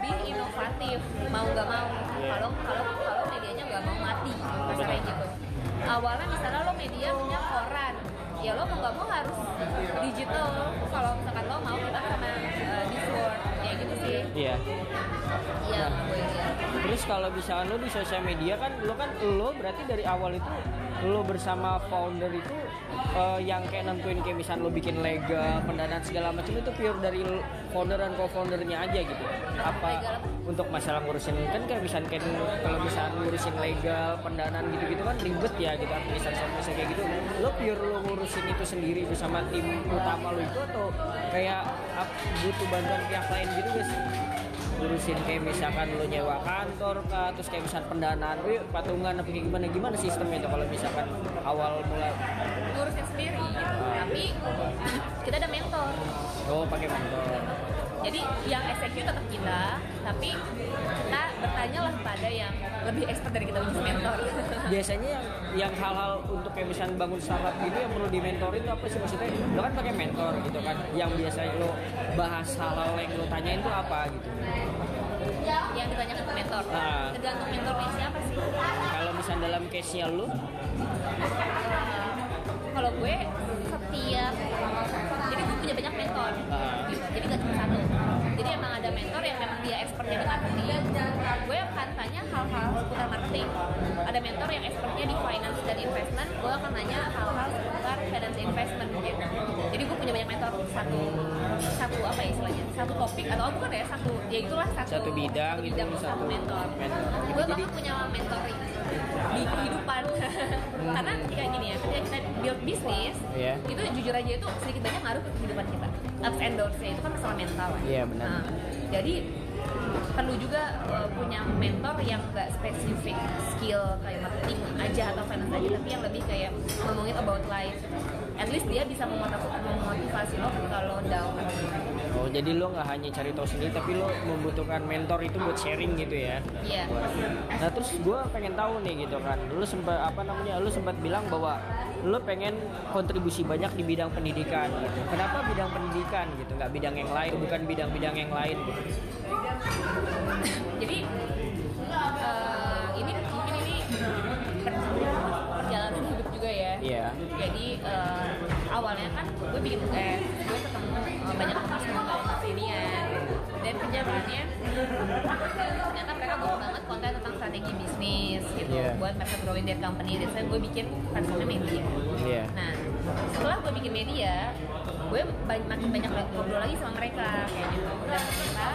lebih inovatif, mau nggak mau. Kalau kalau kalau medianya nggak mau mati, kasarnya gitu. Awalnya misalnya lo media punya koran, ya lo mau nggak mau harus digital. Kalau misalkan lo mau kita sama uh, Discord, kayak gitu sih. Iya. Iya, gue ya. Terus kalau misalkan lo di sosial media kan lo kan lo berarti dari awal itu lo bersama founder itu uh, yang kayak nentuin kayak misalnya lo bikin legal, pendanaan segala macam itu pure dari founder dan co-foundernya aja gitu. Apa untuk masalah ngurusin kan kayak misalnya kayak kalau misalnya ngurusin legal, pendanaan gitu-gitu kan ribet ya gitu administrasi kayak gitu. Lo pure lo ngurusin itu sendiri bersama tim utama lo itu atau kayak butuh bantuan pihak lain gitu guys? Ngurusin kayak misalkan lo nyewa kantor kah, terus kayak misalkan pendanaan, wih patungan apa kayak gimana gimana sistemnya itu kalau misalkan awal mulai ngurusin sendiri gitu. Tapi kita ada mentor. Oh pakai mentor. Jadi yang execute tetap kita, tapi kita bertanya lah pada yang lebih expert dari kita, which is mentor. Biasanya yang yang hal-hal untuk kayak misalnya bangun startup gitu yang perlu dimentorin itu apa sih maksudnya? Lo kan pakai mentor gitu kan, yang biasanya lo bahas hal-hal yang lo tanyain itu apa gitu? Yang ditanyakan ke mentor, nah, tergantung mentornya siapa sih. Kalau misalnya dalam case-nya lo? Kalau gue setiap, jadi gue punya banyak mentor, uh. gitu. Jadi gak cuma satu. Jadi emang ada mentor yang memang dia expertnya di marketing. Gue akan tanya hal-hal seputar marketing. Ada mentor yang expertnya di finance dan investment. Gue akan nanya hal-hal seputar finance investment gitu. Jadi gue punya banyak mentor, satu satu apa ya istilahnya, satu topik atau bukan ya satu, ya itulah satu satu bidang, satu, bidang, itu, satu, satu mentor. mentor. Gue bahkan punya mentor di kehidupan. Karena ketika gini ya, ketika kita build bisnis, yeah. itu jujur aja itu sedikit banyak ngaruh ke kehidupan kita. Ups and downs-nya itu kan masalah mental. Iya yeah, benar. Nah, jadi perlu juga uh, punya mentor yang gak spesifik skill kayak marketing aja atau finance aja, tapi yang lebih kayak ngomongin about life. At least dia bisa memotivasi, memotivasi lo ketika lo down. Oh jadi lo nggak hanya cari tahu sendiri, tapi lo membutuhkan mentor itu buat sharing gitu ya? Iya. Yeah. Nah terus gue pengen tahu nih gitu kan, lo sempat apa namanya, lo sempat bilang bahwa lo pengen kontribusi banyak di bidang pendidikan gitu. Kenapa bidang pendidikan gitu, nggak bidang yang lain, bukan bidang-bidang yang lain gitu? Jadi uh, ini mungkin ini perjalanan hidup juga ya. Iya. Yeah. Jadi uh, awalnya kan gue bikin U S, gue ketemu uh, banyak teman-teman senior dan kenyataannya ternyata mereka butuh banget konten tentang strategi bisnis gitu, yeah. buat mereka growing their company. Dan saya gue bikin platformnya media. Yeah. Nah setelah gue bikin media, gue banyak, makin banyak ngobrol lagi sama mereka kayak gitu. Dan ternyata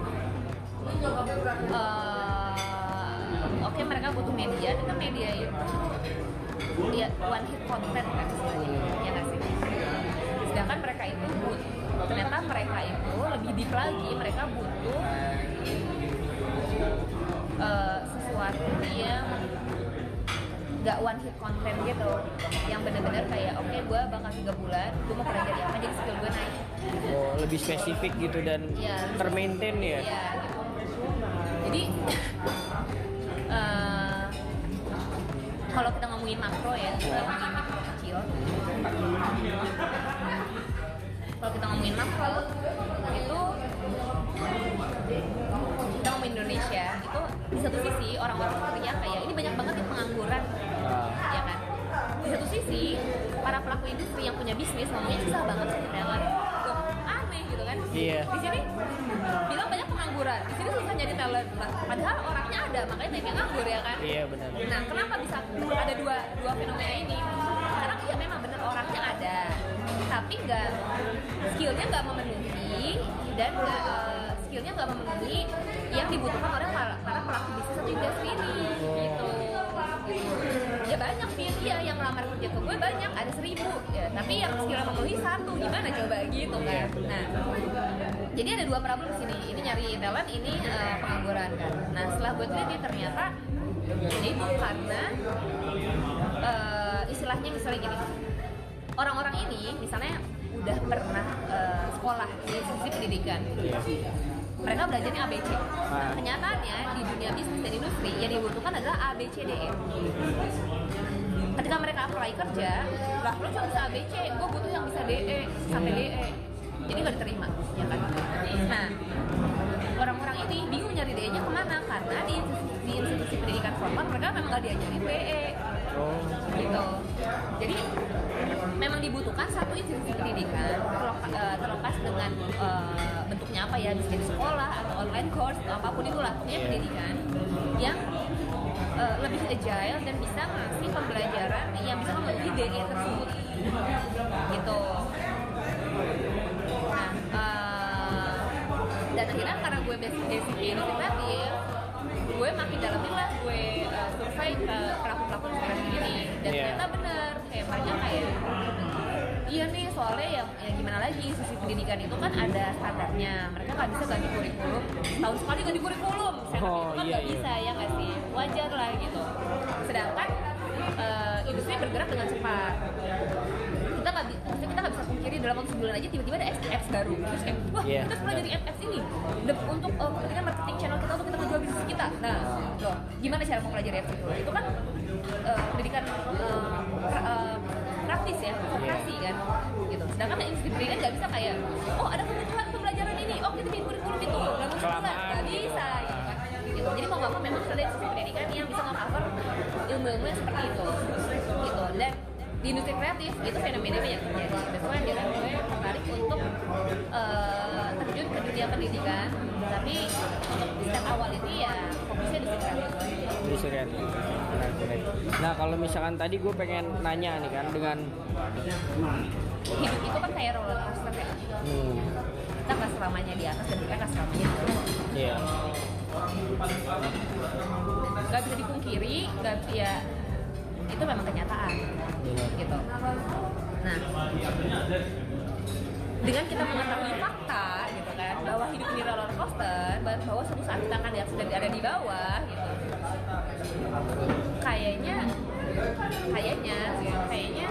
uh, oke okay, mereka butuh media, tapi media itu ya one hit content kan istilahnya, ya nggak sih? Sedangkan mereka itu butuh, ternyata mereka itu lebih deep lagi, mereka butuh uh, sesuatu yang nggak one hit content gitu, yang benar-benar kayak oke okay, gue bakal tiga bulan, gue mau pelajari apa jadi skill gue naik. Oh lebih spesifik gitu dan ya, termaintain ya? Iya gitu. Jadi uh, kalau kita ngomongin makro ya, kita ngomongin mikro kecil. Kalau kita ngomongin makro itu kita ngomongin Indonesia itu di satu sisi orang-orang kerja kayak ini banyak banget yang pengangguran, uh. ya kan? Di satu sisi para pelaku industri yang punya bisnis ngomongnya susah banget sih talent. Loh, aneh gitu kan? Iya. Yeah. Di sini bilang banyak pengangguran, di sini susah nyari talent. Nah, padahal orangnya ada, makanya banyak yang nganggur ya kan? Iya yeah, benar. Nah, kenapa bisa ada dua dua fenomena ini? Karena iya memang benar orangnya ada, tapi nggak skillnya nggak memenuhi dan nggak uh, skillnya nggak memenuhi yang dibutuhkan oleh para, para pelaku bisnis atau industri ini, gitu. Ya banyak sih ya yang melamar kerja ke gue banyak, ada seribu ya, tapi yang skillnya memenuhi satu, gimana coba gitu kan? Nah, jadi ada dua problem di sini, ini nyari talent, ini uh, pengangguran kan. Nah setelah gue teliti ternyata itu karena uh, istilahnya misalnya gini, orang-orang ini misalnya udah pernah uh, sekolah di sisi pendidikan, mereka belajarnya A B C. Nah, kenyataannya di dunia bisnis dan industri yang dibutuhkan adalah A B C D E. Ketika mereka apply kerja, lah lo cuma bisa A B C, gue butuh yang bisa D E sampai D E. Jadi nggak diterima, ya kan? Nah, orang-orang ini bingung developer mereka memang nggak diajarin B E Oh. gitu. Jadi memang dibutuhkan satu institusi pendidikan terlepas, uh, terlepas dengan uh, bentuknya apa ya, bisa jadi sekolah atau online course atau apapun itulah, punya Yeah. pendidikan yang uh, lebih agile dan bisa ngasih pembelajaran yang bisa memenuhi D E tersebut gitu. Nah, uh, dan akhirnya karena gue basic basic di industri kreatif, gue makin dalamin lah, gue uh, survei ke pelaku-pelaku industri kreatif ini, dan Yeah. ternyata bener kayak mereka kayak iya nih, soalnya yang, yang gimana lagi, institusi pendidikan itu kan ada standarnya, mereka nggak bisa ganti kurikulum setahun sekali ganti kurikulum, saya Oh, itu kan iya, nggak iya. bisa ya nggak sih, wajar lah gitu. Sedangkan uh, industri bergerak dengan cepat, kita nggak bi- maksudnya kita nggak bisa pungkiri dalam waktu sebulan aja tiba-tiba ada apps, apps baru, terus kayak wah Yeah. kita harus pelajari apps, apps ini De- untuk uh, kepentingan marketing channel kita untuk kita menjual bisnis kita. Nah, loh, gimana cara mau pelajari apps itu? Itu kan uh, pendidikan uh, pra- uh, praktis ya, vokasi kan, gitu. Sedangkan industri pendidikan nggak bisa kayak, oh ada kebutuhan pembelajaran ini, oh kita bikin kurikulum itu, dalam sebulan Kelamaan. nggak bisa, gitu kan. Gitu. Jadi mau nggak mau memang harus ada institusi pendidikan yang bisa nge-cover ilmu-ilmu yang seperti itu, gitu. Dan di industri kreatif itu fenomenanya banyak terjadi. That's why akhirnya gue tertarik untuk uh, terjun ke dunia pendidikan, tapi untuk step awal ini ya fokusnya di industri kreatif. Industri kreatif. Menarik, menarik. Nah kalau misalkan tadi gue pengen nanya nih kan dengan Hidup itu kan kayak roller coaster ya. hmm, Kita nggak selamanya di atas dan kita nggak selamanya di bawah. iya. Nggak bisa dipungkiri, nggak ya itu memang kenyataan, Iya. gitu. Nah, dengan kita mengetahui fakta, gitu kan, bahwa hidup ini roller coaster, bahwa suatu saat kita akan di atas dan ada di bawah, gitu. Kayaknya, kayaknya, kayaknya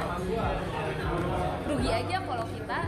rugi aja kalau kita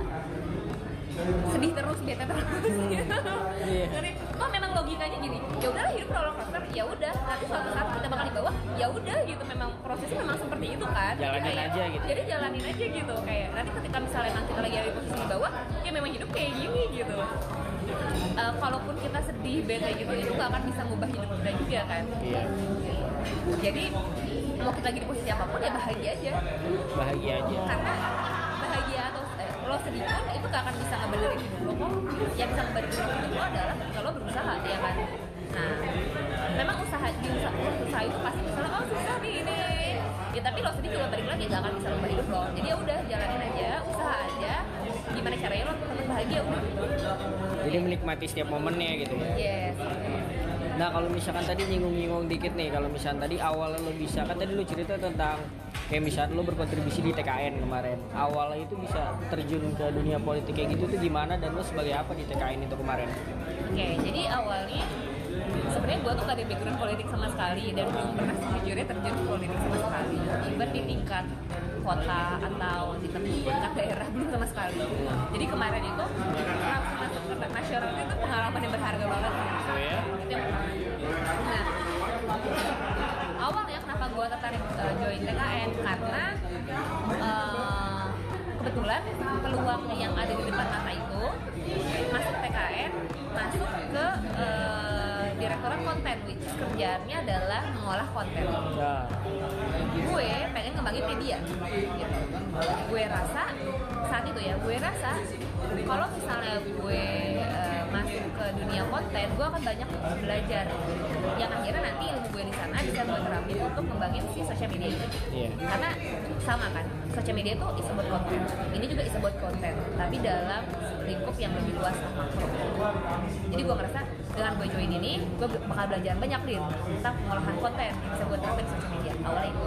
sedih terus, bete terus gitu. Iya. Jadi, oh memang logikanya gini, ya udahlah hidup roller coaster, ya udah, nanti suatu saat kita bakal di bawah, ya udah gitu, memang prosesnya memang seperti itu kan. Jadi Jalanin kayak- aja gitu. Jadi jalanin aja gitu, kayak nanti ketika misalnya emang kita lagi ada di posisi di bawah, ya memang hidup kayak gini gitu. Uh, kalaupun kita sedih, bete gitu, itu gak akan bisa ngubah hidup kita juga kan. Iya. Jadi mau kita lagi di posisi apapun ya bahagia aja, Bahagia aja. karena bahagia atau eh, lo sedih pun itu gak akan bisa ngebenerin hidup lo kok. Yang bisa ngebenerin hidup lo adalah ketika lo berusaha, ya kan. Nah, memang usaha di usaha, usaha itu pasti misalnya oh susah nih ini, ya tapi lo sedih juga balik lagi gak akan bisa ngubah hidup lo. Jadi ya udah jalanin aja, usaha aja, gimana caranya lo tetap bahagia udah gitu. Jadi menikmati setiap momennya gitu ya. Yes. Nah kalau misalkan tadi nyinggung-nyinggung dikit nih, kalau misalkan tadi awalnya lo bisa, kan tadi lo cerita tentang kayak misalkan lo berkontribusi di T K N kemarin, awalnya itu bisa terjun ke dunia politik kayak gitu tuh gimana, dan lo sebagai apa di T K N itu kemarin? Oke, jadi awalnya sebenarnya gue tuh gak ada background politik sama sekali dan belum pernah sejujurnya terjun ke politik sama sekali. Even di tingkat kota atau di tingkat daerah belum sama sekali. Jadi kemarin itu langsung masuk ke nasional itu pengalaman yang berharga banget. Oh ya? Itu yang pertama. Nah, awalnya kenapa gue tertarik uh, join T K N karena uh, kebetulan peluang yang ada di depan mata itu masuk T K N, masuk ke uh, direktorat konten, which is kerjaannya adalah mengolah konten. Ya. Gue pengen ngembangin media gitu. Gue rasa saat itu ya, gue rasa kalau misalnya gue uh, masuk ke dunia konten, gue akan banyak belajar yang akhirnya nanti ilmu gue di sana bisa gue terapin untuk ngembangin si social media itu. Iya. Karena sama kan, social media itu is about konten, ini juga is about konten, tapi dalam lingkup yang lebih luas dan makro. Jadi gue ngerasa dengan gue join ini, gue bakal belajar banyak nih tentang pengolahan konten yang bisa gue terapin di social media. Awalnya itu.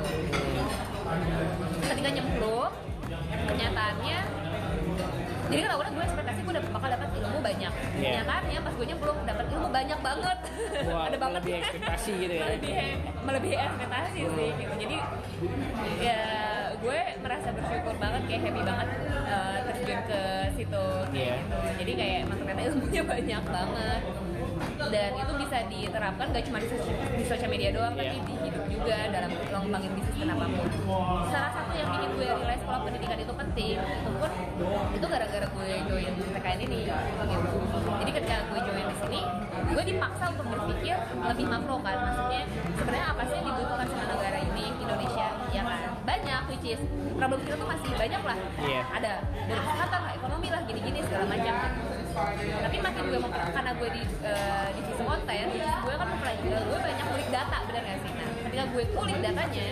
Ketika nyemplung, kenyataannya, jadi kan awalnya gue ekspektasi gue dapet, bakal dapat ilmu banyak. Yeah. Kenyataannya pas gue nyemplung dapat ilmu banyak banget. Wah, Ada banget. melebihi ekspektasi gitu ya. Melebihi, melebihi ekspektasi sih gitu. Jadi ya gue merasa bersyukur banget, kayak happy banget uh, terjun ke situ kayak Yeah. gitu. Jadi kayak emang ternyata ilmunya banyak banget. dan itu bisa diterapkan gak cuma di, di sosial media doang, yeah. tapi di hidup juga dalam ngembangin bisnis dan apapun. Salah satu yang bikin gue realize kalau pendidikan itu penting itu pun itu gara-gara gue join T K N ini gitu. Jadi ketika gue join di sini, gue dipaksa untuk berpikir lebih makro kan, maksudnya sebenarnya apa sih yang dibutuhkan sama negara ini, Indonesia, ya kan? Banyak, which is problem kita tuh masih banyak lah, yeah. ada dari kesehatan lah, ekonomi lah, gini-gini segala macam. Tapi makin gue memper, karena gue di uh, di sisi konten, gue kan mempelajari, gue banyak kulik data, benar nggak sih? Nah, ketika gue kulik datanya,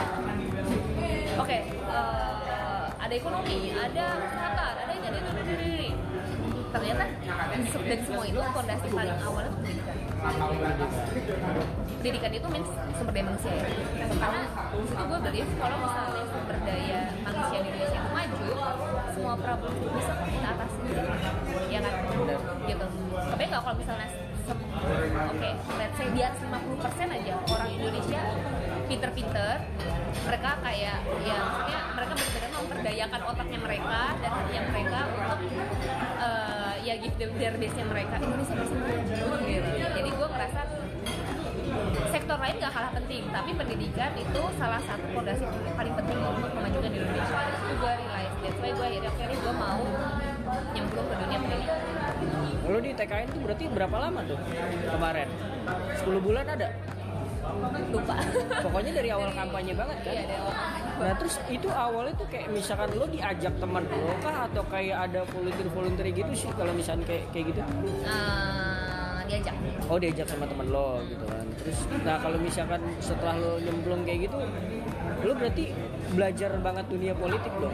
oke, okay, uh, ada ekonomi, ada kesehatan, ada ini, ada ini, ada ini. Ternyata dari semua itu fondasi paling awalnya itu pendidikan. Pendidikan itu means sumber daya manusia ya. Karena disitu gue believe kalau misalnya sumber daya manusia di Indonesia itu maju, semua problem itu bisa kita atasi. Ya kan? Gitu. Tapi nggak kalau misalnya oke, okay, let's say di atas lima puluh persen aja orang Indonesia pinter-pinter, mereka kayak ya maksudnya mereka benar-benar memperdayakan otaknya mereka dan hatinya mereka untuk uh, ya give their best-nya mereka, Indonesia bisa maju gitu. Jadi gue ngerasa sektor lain gak kalah penting, tapi pendidikan itu salah satu fondasi paling penting untuk memajukan Indonesia. Itu gue realize, that's why gue akhirnya oke, gue mau nyemplung ke dunia pendidikan. Lo di T K N tuh berarti berapa lama tuh kemarin? sepuluh bulan ada? Lupa. Pokoknya dari awal kampanye banget kan? Iya, dari awal kampanye. Nah terus itu awalnya tuh kayak misalkan lo diajak teman lo kah atau kayak ada volunteer-volunteer gitu sih kalau misalnya kayak kayak gitu? Uh, diajak. Oh diajak sama teman lo gitu kan. Terus nah kalau misalkan setelah lo nyemplung kayak gitu, lo berarti belajar banget dunia politik lo.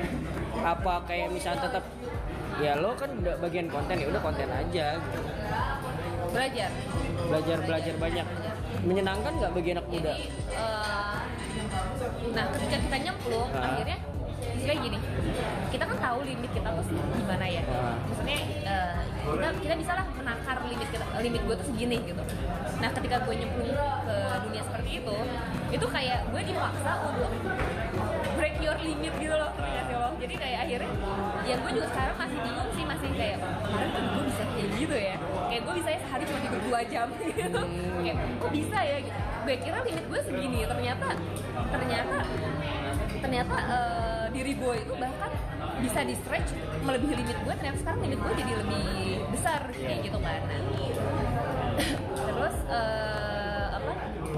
Apa kayak misalnya tetap ya lo kan udah bagian konten ya udah konten aja gitu. Belajar. Belajar belajar banyak. Menyenangkan nggak bagi anak muda? Jadi, uh, nah ketika kita nyemplung, nah. akhirnya istilahnya gini, kita kan tahu limit kita tuh gimana ya. Nah. Maksudnya uh, kita kita bisa lah menakar limit kita, limit gue tuh segini gitu. Nah ketika gue nyemplung ke dunia seperti itu, itu kayak gue dipaksa untuk break your limit gitu loh, loh. Jadi kayak akhirnya, ya gue juga sekarang masih bingung sih, masih kayak kemarin kan gue bisa kayak gitu ya. Kayak gue bisa ya sehari cuma tidur dua jam gitu. Hmm. Kayak kok bisa ya gitu. Gue kira limit gue segini, ternyata ternyata ternyata uh, diri gue itu bahkan bisa di stretch melebihi limit gue. Ternyata sekarang limit gue jadi lebih besar kayak gitu kan. Nah, terus uh, apa?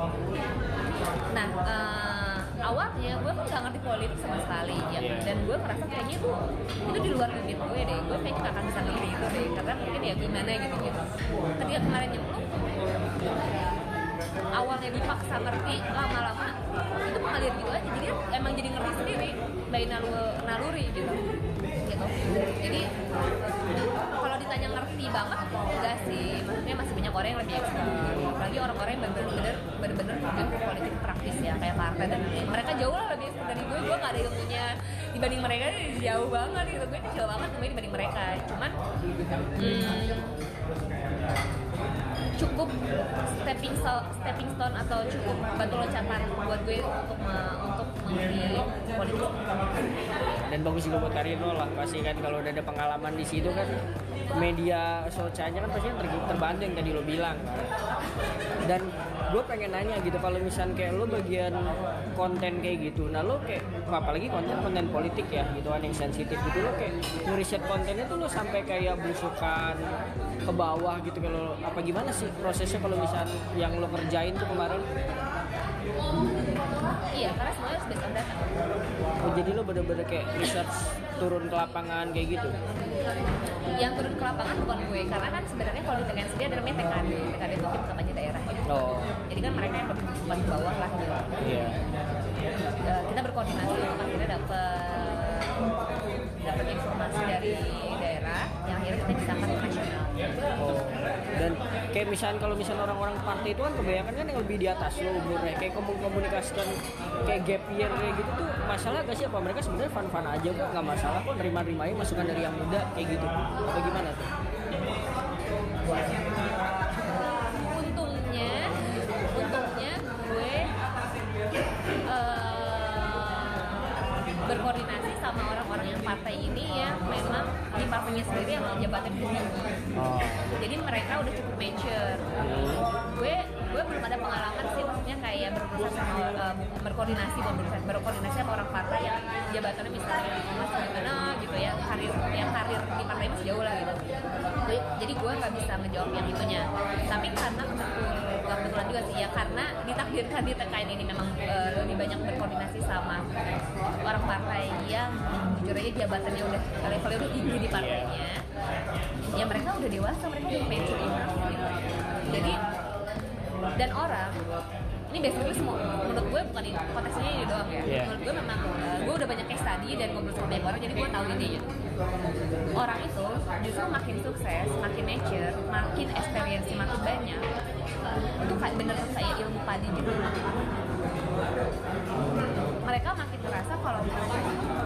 Nah, uh, awalnya gue kan gak ngerti politik sama sekali ya, dan gue merasa kayaknya itu itu di luar limit gue deh, gue kayaknya gak akan bisa ngerti itu deh, karena mungkin ya gimana gitu gitu. Ketika kemarin nyemplung, awalnya dipaksa ngerti, lama-lama itu mengalir gitu aja, jadi emang jadi ngerti sendiri by naluri gitu gitu. Jadi kalau ditanya ngerti banget enggak sih, maksudnya masih banyak orang yang lebih expert, apalagi orang-orang yang benar-benar benar-benar terjun ke politik praktis ya, kayak partai dan lain-lain. Mereka jauh lah lebih expert dari gue, gue nggak ada ilmunya dibanding mereka, jauh banget gitu, gue kecil banget ilmunya dibanding mereka. Cuman hmm, cukup stepping stone, stepping stone atau cukup batu loncatan buat gue untuk me- untuk mengerti politik. Dan bagus juga buat karir lo lah, pasti kan kalau udah ada pengalaman di situ kan media sosialnya kan pasti ter- terbantu yang tadi lo bilang kan. Dan gue pengen nanya gitu, kalau misalnya kayak lo bagian konten kayak gitu, nah lo kayak apalagi konten konten politik ya gitu kan yang sensitif gitu, lo kayak ngeriset kontennya tuh lo sampai kayak belusukan ke bawah gitu, kalau apa gimana sih prosesnya kalau misalnya yang lo kerjain tuh kemarin? Iya, karena semuanya harus based on data. Oh, jadi lo bener-bener kayak research turun ke lapangan kayak gitu? Yang turun ke lapangan bukan gue, karena kan sebenarnya kalau di T K N sendiri ada namanya T K D, T K D itu tim kampanye daerah. Oh. Jadi kan mereka yang paling bawah lah gitu. Iya. Yeah. Kita berkoordinasi untuk akhirnya dapat dapat informasi dari daerah yang akhirnya kita bisa angkat ke nasional. Oh. Dan kayak misalnya kalau misalnya orang-orang partai itu kan kebanyakan kan yang lebih di atas lo umurnya, kayak komunikasikan kayak gap year kayak gitu tuh masalah gak sih? Apa mereka sebenarnya fun-fun aja kok, nggak masalah kok nerima-nerimain masukan dari yang muda kayak gitu? Atau gimana tuh? Untungnya, untungnya gue uh, berkoordinasi sama orang-orang yang partai ini yang memang di partainya sendiri yang jabatan tinggi. Oh. Jadi mereka udah cukup mature. Hmm. Gue gue belum ada pengalaman sih, maksudnya kayak berurusan sama uh, berkoordinasi bukan berurusan berkoordinasi sama orang partai yang jabatannya misalnya masih gimana gitu ya, karir yang karir di partai masih jauh lah gitu. Gue, jadi gue nggak bisa ngejawab yang itunya. Tapi karena kebetulan kebetulan juga sih ya, karena ditakdirkan di T K N ini memang uh, lebih banyak berkoordinasi sama orang partai yang jujur aja jabatannya udah levelnya udah tinggi di partainya. Ya mereka udah dewasa, mereka udah mature enough gitu. Jadi dan orang ini basically semua menurut gue bukan ini, konteksnya ini doang ya. Yeah. Menurut gue memang uh, gue udah banyak case study dan ngobrol sama banyak orang, jadi gue tahu intinya. Orang itu justru makin sukses, makin mature, makin experience makin banyak. Itu kayak bener kayak ilmu padi gitu. Mereka makin ngerasa kalau mereka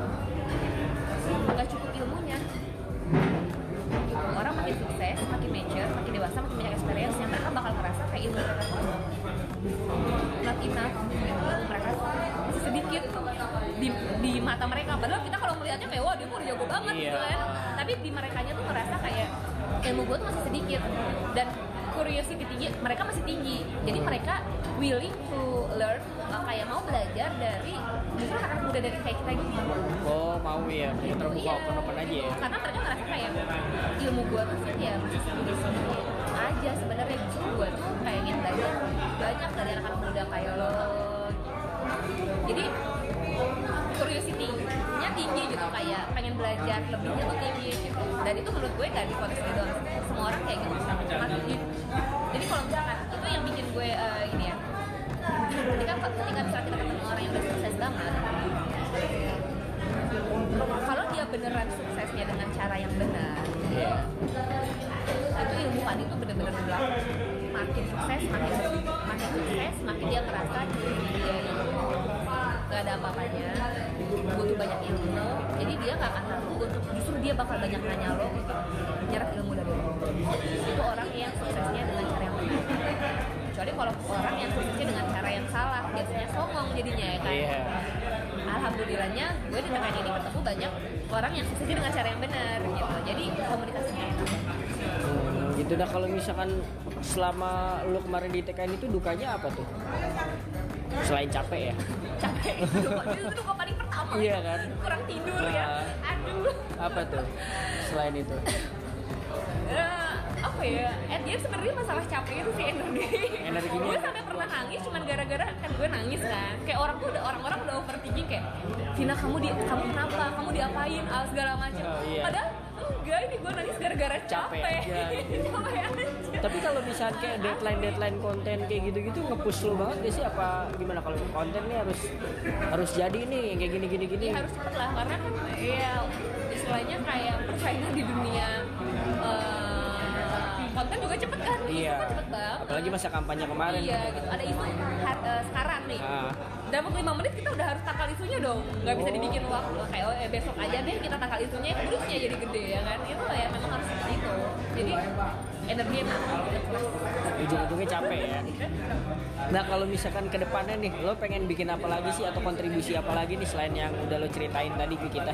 nggak cukup ilmunya. Orang makin sukses, makin mature, makin dewasa, makin banyak experience, yang mereka bakal ngerasa kayak ilmu mereka tuh not enough gitu. Mereka masih sedikit di, di mata mereka, padahal kita kalau melihatnya kayak wah dia mau jago banget gitu kan, tapi di merekanya tuh ngerasa kayak ilmu gue tuh masih sedikit dan curiosity tinggi mereka masih tinggi, jadi mereka willing to learn, uh, kayak mau belajar dari justru anak muda dari kayak kita gitu. Oh mau ya, mau terbuka Iya. open-open aja ya. Karena mereka ngerasa kayak ilmu gue tuh sih ya masih segini-segini aja sebenarnya, justru gue tuh kayak ingin belajar banyak dari anak-anak muda kayak lo. Jadi curiosity-nya tinggi gitu, kayak pengen belajar lebihnya tuh tinggi gitu. Dan itu menurut gue gak di konteks itu doang, semua orang kayak gitu. Jadi kalau misalkan itu yang bikin gue uh, gini ya, ketika ketika misalnya kita ketemu orang yang udah sukses banget, kalau dia beneran suksesnya dengan cara yang benar, Yeah. itu ilmu kan itu bener-bener berlaku. Makin sukses, makin makin sukses, makin dia merasa dia itu gak ada apa-apanya, butuh banyak ilmu, jadi dia gak akan ragu untuk justru dia bakal banyak nanya lo untuk nyerap ilmu dari lo. Itu orang yang suksesnya dengan cara yang benar. Kecuali kalau orang yang suksesnya dengan cara yang salah, biasanya songong jadinya ya kan. Yeah. Alhamdulillahnya gue di T K N ini ketemu banyak orang yang suksesnya dengan cara yang benar gitu. Jadi komunikasinya enak. Hmm, gitu dah. Kalau misalkan selama lu kemarin di T K N itu dukanya apa tuh? Selain capek ya? Capek, itu duka, itu duka paling pertama. Iya kan? Kurang tidur Nah, ya. Aduh. Apa tuh? Selain itu? Uh, apa ya? At the end sebenarnya masalah capek itu sih energi. Energinya. Gue sampai pernah nangis cuman gara-gara kan gue nangis kan. Kayak orang tuh udah orang-orang udah overthinking kayak, Vina kamu di kamu kenapa? Kamu diapain? Al segala macam. Oh, iya. Padahal enggak, ini gue nangis gara-gara Capek capek. aja. Capek aja. Tapi kalau misalnya kayak deadline-deadline konten kayak gitu-gitu nge-push lo banget gak sih? Apa gimana kalau konten nih harus harus jadi nih yang kayak gini-gini gini? Ya harus cepet lah, karena kan ya istilahnya kayak persaingan di dunia uh, konten juga cepet kan, Iya. kan cepet banget. Apalagi masa kampanye kemarin. Iya gitu, ada isu har- uh, sekarang nih. Ah. Dalam waktu lima menit kita udah harus tangkal isunya dong, nggak bisa Oh. dibikin waktu kayak oh, eh, besok aja deh kita tangkal isunya, terusnya jadi gede ya kan, itu ya memang harus seperti itu. Jadi energinya mahal, Ujung-ujungnya capek ya. Nah kalau misalkan ke depannya nih, lo pengen bikin apa lagi sih atau kontribusi apa lagi nih selain yang udah lo ceritain tadi ke kita?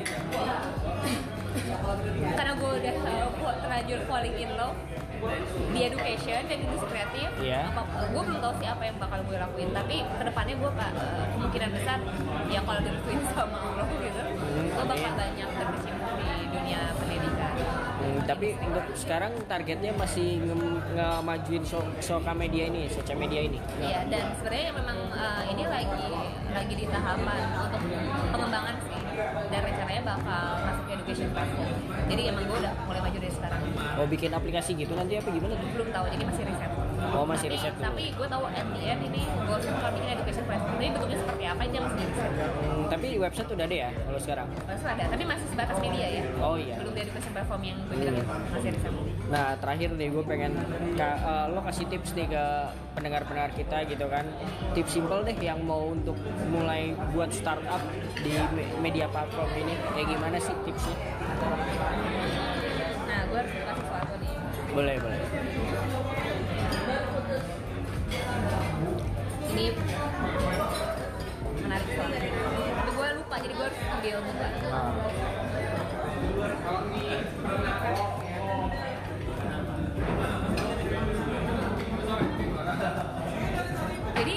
Karena gue udah uh, terlanjur falling in love di education dan industri kreatif. Iya. Apa gue belum tahu sih apa yang bakal gue lakuin, tapi kedepannya gue uh, kemungkinan besar ya kalau direstuin sama Allah gitu, gue bakal banyak berkecimpung di dunia pendidikan. Hmm, tapi untuk sekarang targetnya masih nge- ngemajuin so Soka Media ini, Soca Media ini. Iya, dan sebenarnya memang uh, ini lagi lagi di tahapan untuk pengembangan sih, dan rencananya bakal masuk ke education platform. Jadi emang gue udah mulai maju dari sekarang. Oh bikin aplikasi gitu nanti apa gimana tuh? Belum tahu, jadi masih riset. Oh masih tapi, riset dulu. Tapi gue tahu at the end ini gue bakal bikin education platform. Jadi bentuknya seperti apa aja masih riset. Hmm, tapi website udah ada ya kalau sekarang? Masih ada, tapi masih sebatas media ya. Oh iya. Belum di education platform yang gue bilang itu masih riset. Nah terakhir nih gue pengen ka- uh, lo kasih tips nih ke pendengar-pendengar kita gitu kan, tips simple deh yang mau untuk mulai buat startup di me- media platform ini, kayak gimana sih tipsnya? Nah gue harus kasih sesuatu nih. Boleh boleh. Ini menarik soalnya. Tapi gue lupa, jadi gue harus ambil buka. Nah. Jadi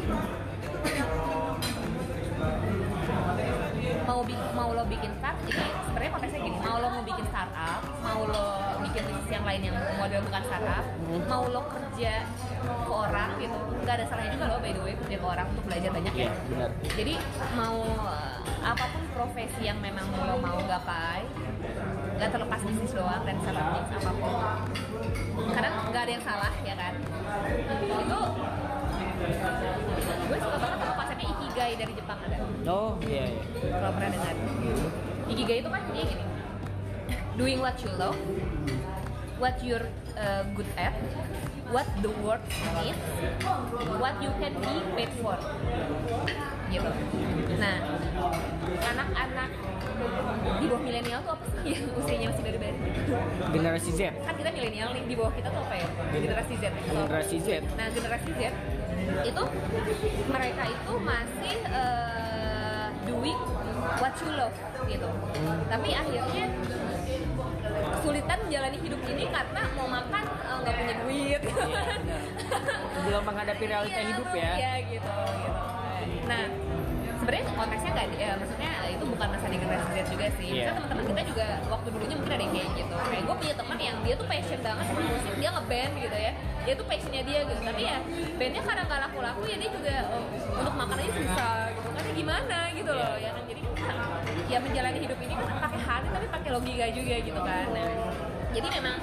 mau bi- mau lo bikin start, ini sebenarnya konteksnya gini, mau lo mau bikin startup, mau lo bikin bisnis yang lain yang model bukan startup, hmm. mau lo kerja ke orang gitu, nggak ada salahnya juga lo by the way kerja ke orang untuk belajar banyak ya. Yeah, benar. Jadi mau uh, apapun profesi yang memang lo mau gapai, nggak terlepas bisnis doang dan startup bisnis apapun, karena nggak ada yang salah ya kan. Itu gue suka banget sama konsepnya ikigai dari Jepang ada. Oh iya iya. Kalau pernah dengar. Ikigai itu kan kayak gini. Doing what you love, what you're uh, good at, what the world needs, what you can be paid for. Gitu. Nah, anak-anak di bawah milenial tuh apa sih yang usianya masih dari bayi? Generasi Z. Kan kita milenial nih, di bawah kita tuh apa ya? Generasi Z. Generasi Z. Nah, generasi Z itu mereka itu masih uh, doing what you love gitu. Hmm. Tapi akhirnya kesulitan menjalani hidup ini karena mau makan nggak uh, punya duit. Gitu. Iya, belum menghadapi realita iya, hidup ya. Iya gitu. gitu. Nah, sebenarnya konteksnya nggak, ya, maksudnya itu bukan masalah di generasi Z juga sih. Yeah. Misalnya teman-teman kita juga waktu dulunya mungkin ada yang kayak gitu. Kayak gue punya teman yang dia tuh passion banget sama musik, dia ngeband gitu ya. Dia tuh passionnya dia gitu. Tapi ya bandnya karena nggak laku-laku ya dia juga oh, untuk makan aja susah gitu. Karena gimana gitu loh ya kan. Jadi kan ya menjalani hidup ini kan pakai hati tapi pakai logika juga gitu kan. Nah, jadi memang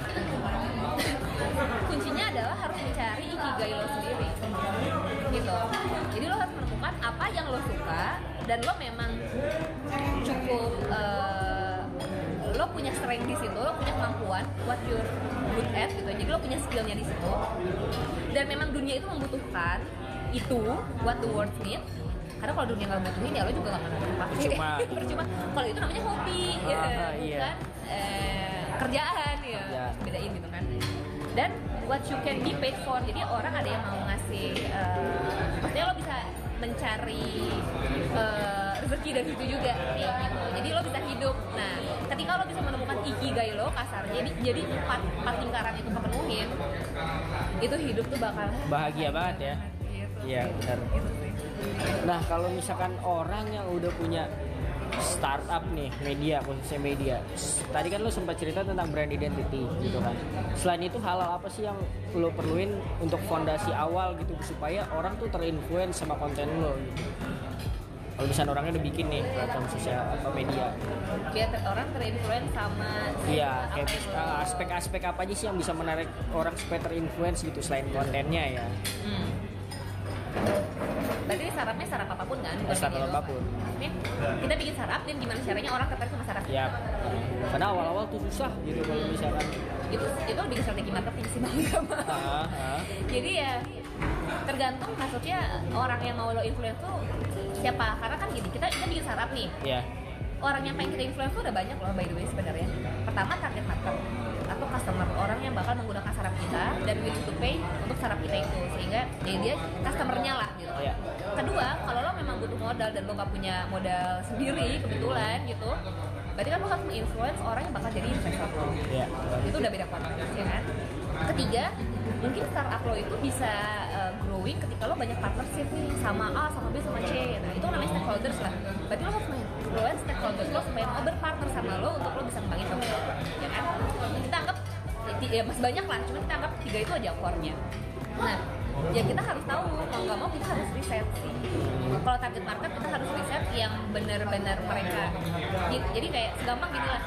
kuncinya adalah harus mencari ikigai lo sendiri gitu. Jadi lo harus menemukan apa yang lo suka dan lo memang cukup uh, lo punya strength di situ, lo punya kemampuan what you're good at gitu. Jadi lo punya skillnya di situ dan memang dunia itu membutuhkan itu what the world need. Karena kalau dunia nggak butuhin ya lo juga nggak akan pakai. Percuma. Percuma. Kalau itu namanya hobi uh, ya, uh, iya. bukan eh, kerjaan ya, yeah. bedain gitu kan. Dan what you can be paid for, jadi orang ada yang mau ngasih, uh, maksudnya lo bisa mencari uh, rezeki dari situ juga, kayak gitu. Jadi lo bisa hidup. Nah, ketika lo bisa menemukan ikigai lo, kasarnya, jadi, jadi empat, empat lingkaran itu kepenuhin, itu hidup tuh bakal bahagia banget ya. Iya gitu. Benar. Gitu. Nah kalau misalkan orang yang udah punya startup nih, media, khususnya media. Tadi kan lo sempat cerita tentang brand identity gitu kan. Selain itu hal-hal apa sih yang lo perluin untuk fondasi awal gitu supaya orang tuh terinfluence sama konten lo gitu. Kalau misalnya orangnya udah bikin nih platform sosial atau media. Biar orang terinfluence sama iya, kayak aspek-aspek apa aja sih yang bisa menarik orang supaya terinfluence gitu selain kontennya ya. Hmm. Berarti startupnya startup apapun kan? Startup apapun. Ini kita bikin startup dan gimana caranya orang tertarik sama startup kita. Yap. Karena awal-awal tuh susah gitu kalau misalkan. Itu itu bikin strategi marketing sih bang Gama. Ah, ah. Jadi ya tergantung maksudnya orang yang mau lo influence tuh siapa. Karena kan gini, kita kita bikin startup nih. Iya. Yeah. Orang yang pengen kita influence tuh udah banyak loh by the way sebenarnya. Pertama target market atau customer, orang yang bakal menggunakan startup kita dan willing to pay untuk startup kita itu, sehingga ya dia customernya lah gitu. Yeah. Kedua, kalau lo memang butuh modal dan lo gak punya modal sendiri kebetulan gitu, berarti kan lo harus menginfluence orang yang bakal jadi investor lo. Yeah. Itu udah beda konteks ya kan. Ketiga, mungkin startup lo itu bisa uh, growing ketika lo banyak partnership nih sama A, sama B, sama C. Nah itu namanya stakeholders lah. Berarti lo harus menginfluence stakeholders lo supaya mau berpartner sama lo untuk lo bisa ngembangin lo, ya kan? Kita anggap ya masih banyak lah, cuma kita anggap tiga itu aja core-nya. Nah, ya kita harus tahu, mau nggak mau kita harus riset sih. Kalau target market kita harus riset yang benar-benar mereka. Jadi kayak segampang gini lah.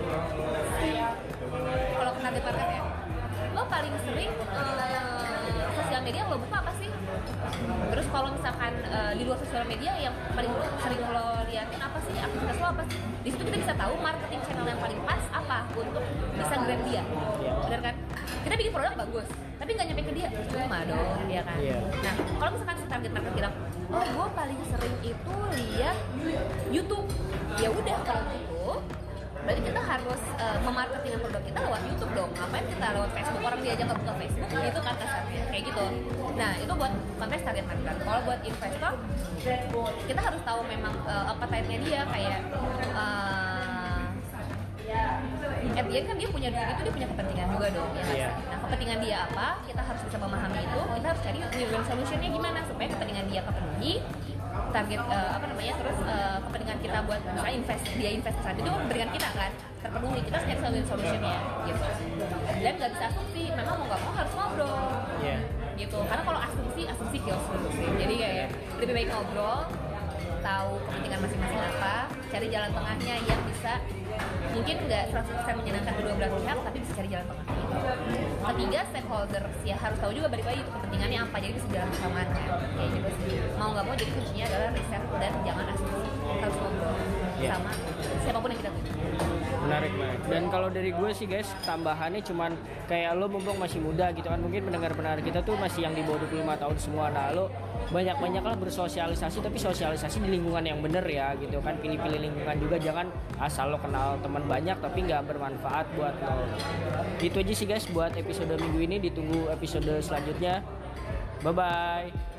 Kalau target market ya, lo paling sering uh, sosial media lo buka apa sih? Terus kalau misalkan uh, di luar sosial media yang paling sering lo liatin apa sih? Aktivitas lo apa sih? Di situ kita bisa tahu marketing channel yang paling pas apa untuk bisa grab dia. Benar kan? Kita bikin produk bagus, tapi nggak nyampe ke dia, cuma dong, ya kan? Yeah. Nah, kalau misalkan si target market bilang, oh gue paling sering itu lihat YouTube, ya udah kalau gitu. Berarti kita harus uh, memarketing produk kita lewat YouTube dong. Ngapain kita lewat Facebook? Orang dia aja nggak buka Facebook, gitu kan kasarnya. Kayak gitu. Nah, itu buat konteks target market. Kalau buat investor, kita harus tahu memang uh, appetite-nya dia kayak uh, at the end kan dia punya duit itu dia punya kepentingan juga dong ya. Iya. Nah kepentingan dia apa, kita harus bisa memahami itu, kita harus cari win-win solutionnya gimana supaya kepentingan dia kepenuhi, target uh, apa namanya terus uh, kepentingan kita buat misalnya invest dia invest ke sana itu kepentingan kita kan terpenuhi, kita harus cari win solutionnya gitu. Dan nggak bisa asumsi, memang mau nggak mau harus ngobrol. Iya. Gitu, karena kalau asumsi asumsi kills dulu sih, jadi kayak lebih baik ngobrol, tahu kepentingan masing-masing apa, cari jalan tengahnya yang bisa mungkin nggak seratus persen menyenangkan kedua belah pihak, tapi bisa cari jalan tengahnya itu. Ketiga, stakeholders ya harus tahu juga balik lagi itu kepentingannya apa, jadi bisa jalan bersamaan kan, kayak gitu sih. Mau nggak mau jadi kuncinya adalah riset dan jangan asumsi, harus ngobrol Yeah. sama siapapun yang kita tuju. Menarik banget. Dan kalau dari gue sih guys, tambahannya cuman kayak lo mumpung masih muda gitu kan, mungkin pendengar-pendengar kita tuh masih yang di bawah dua puluh lima tahun semua. Nah lo banyak-banyaklah bersosialisasi, tapi sosialisasi di lingkungan yang bener ya gitu kan. Pilih-pilih lingkungan juga, jangan asal lo kenal teman banyak tapi nggak bermanfaat buat lo. Itu aja sih guys buat episode minggu ini, ditunggu episode selanjutnya. Bye bye.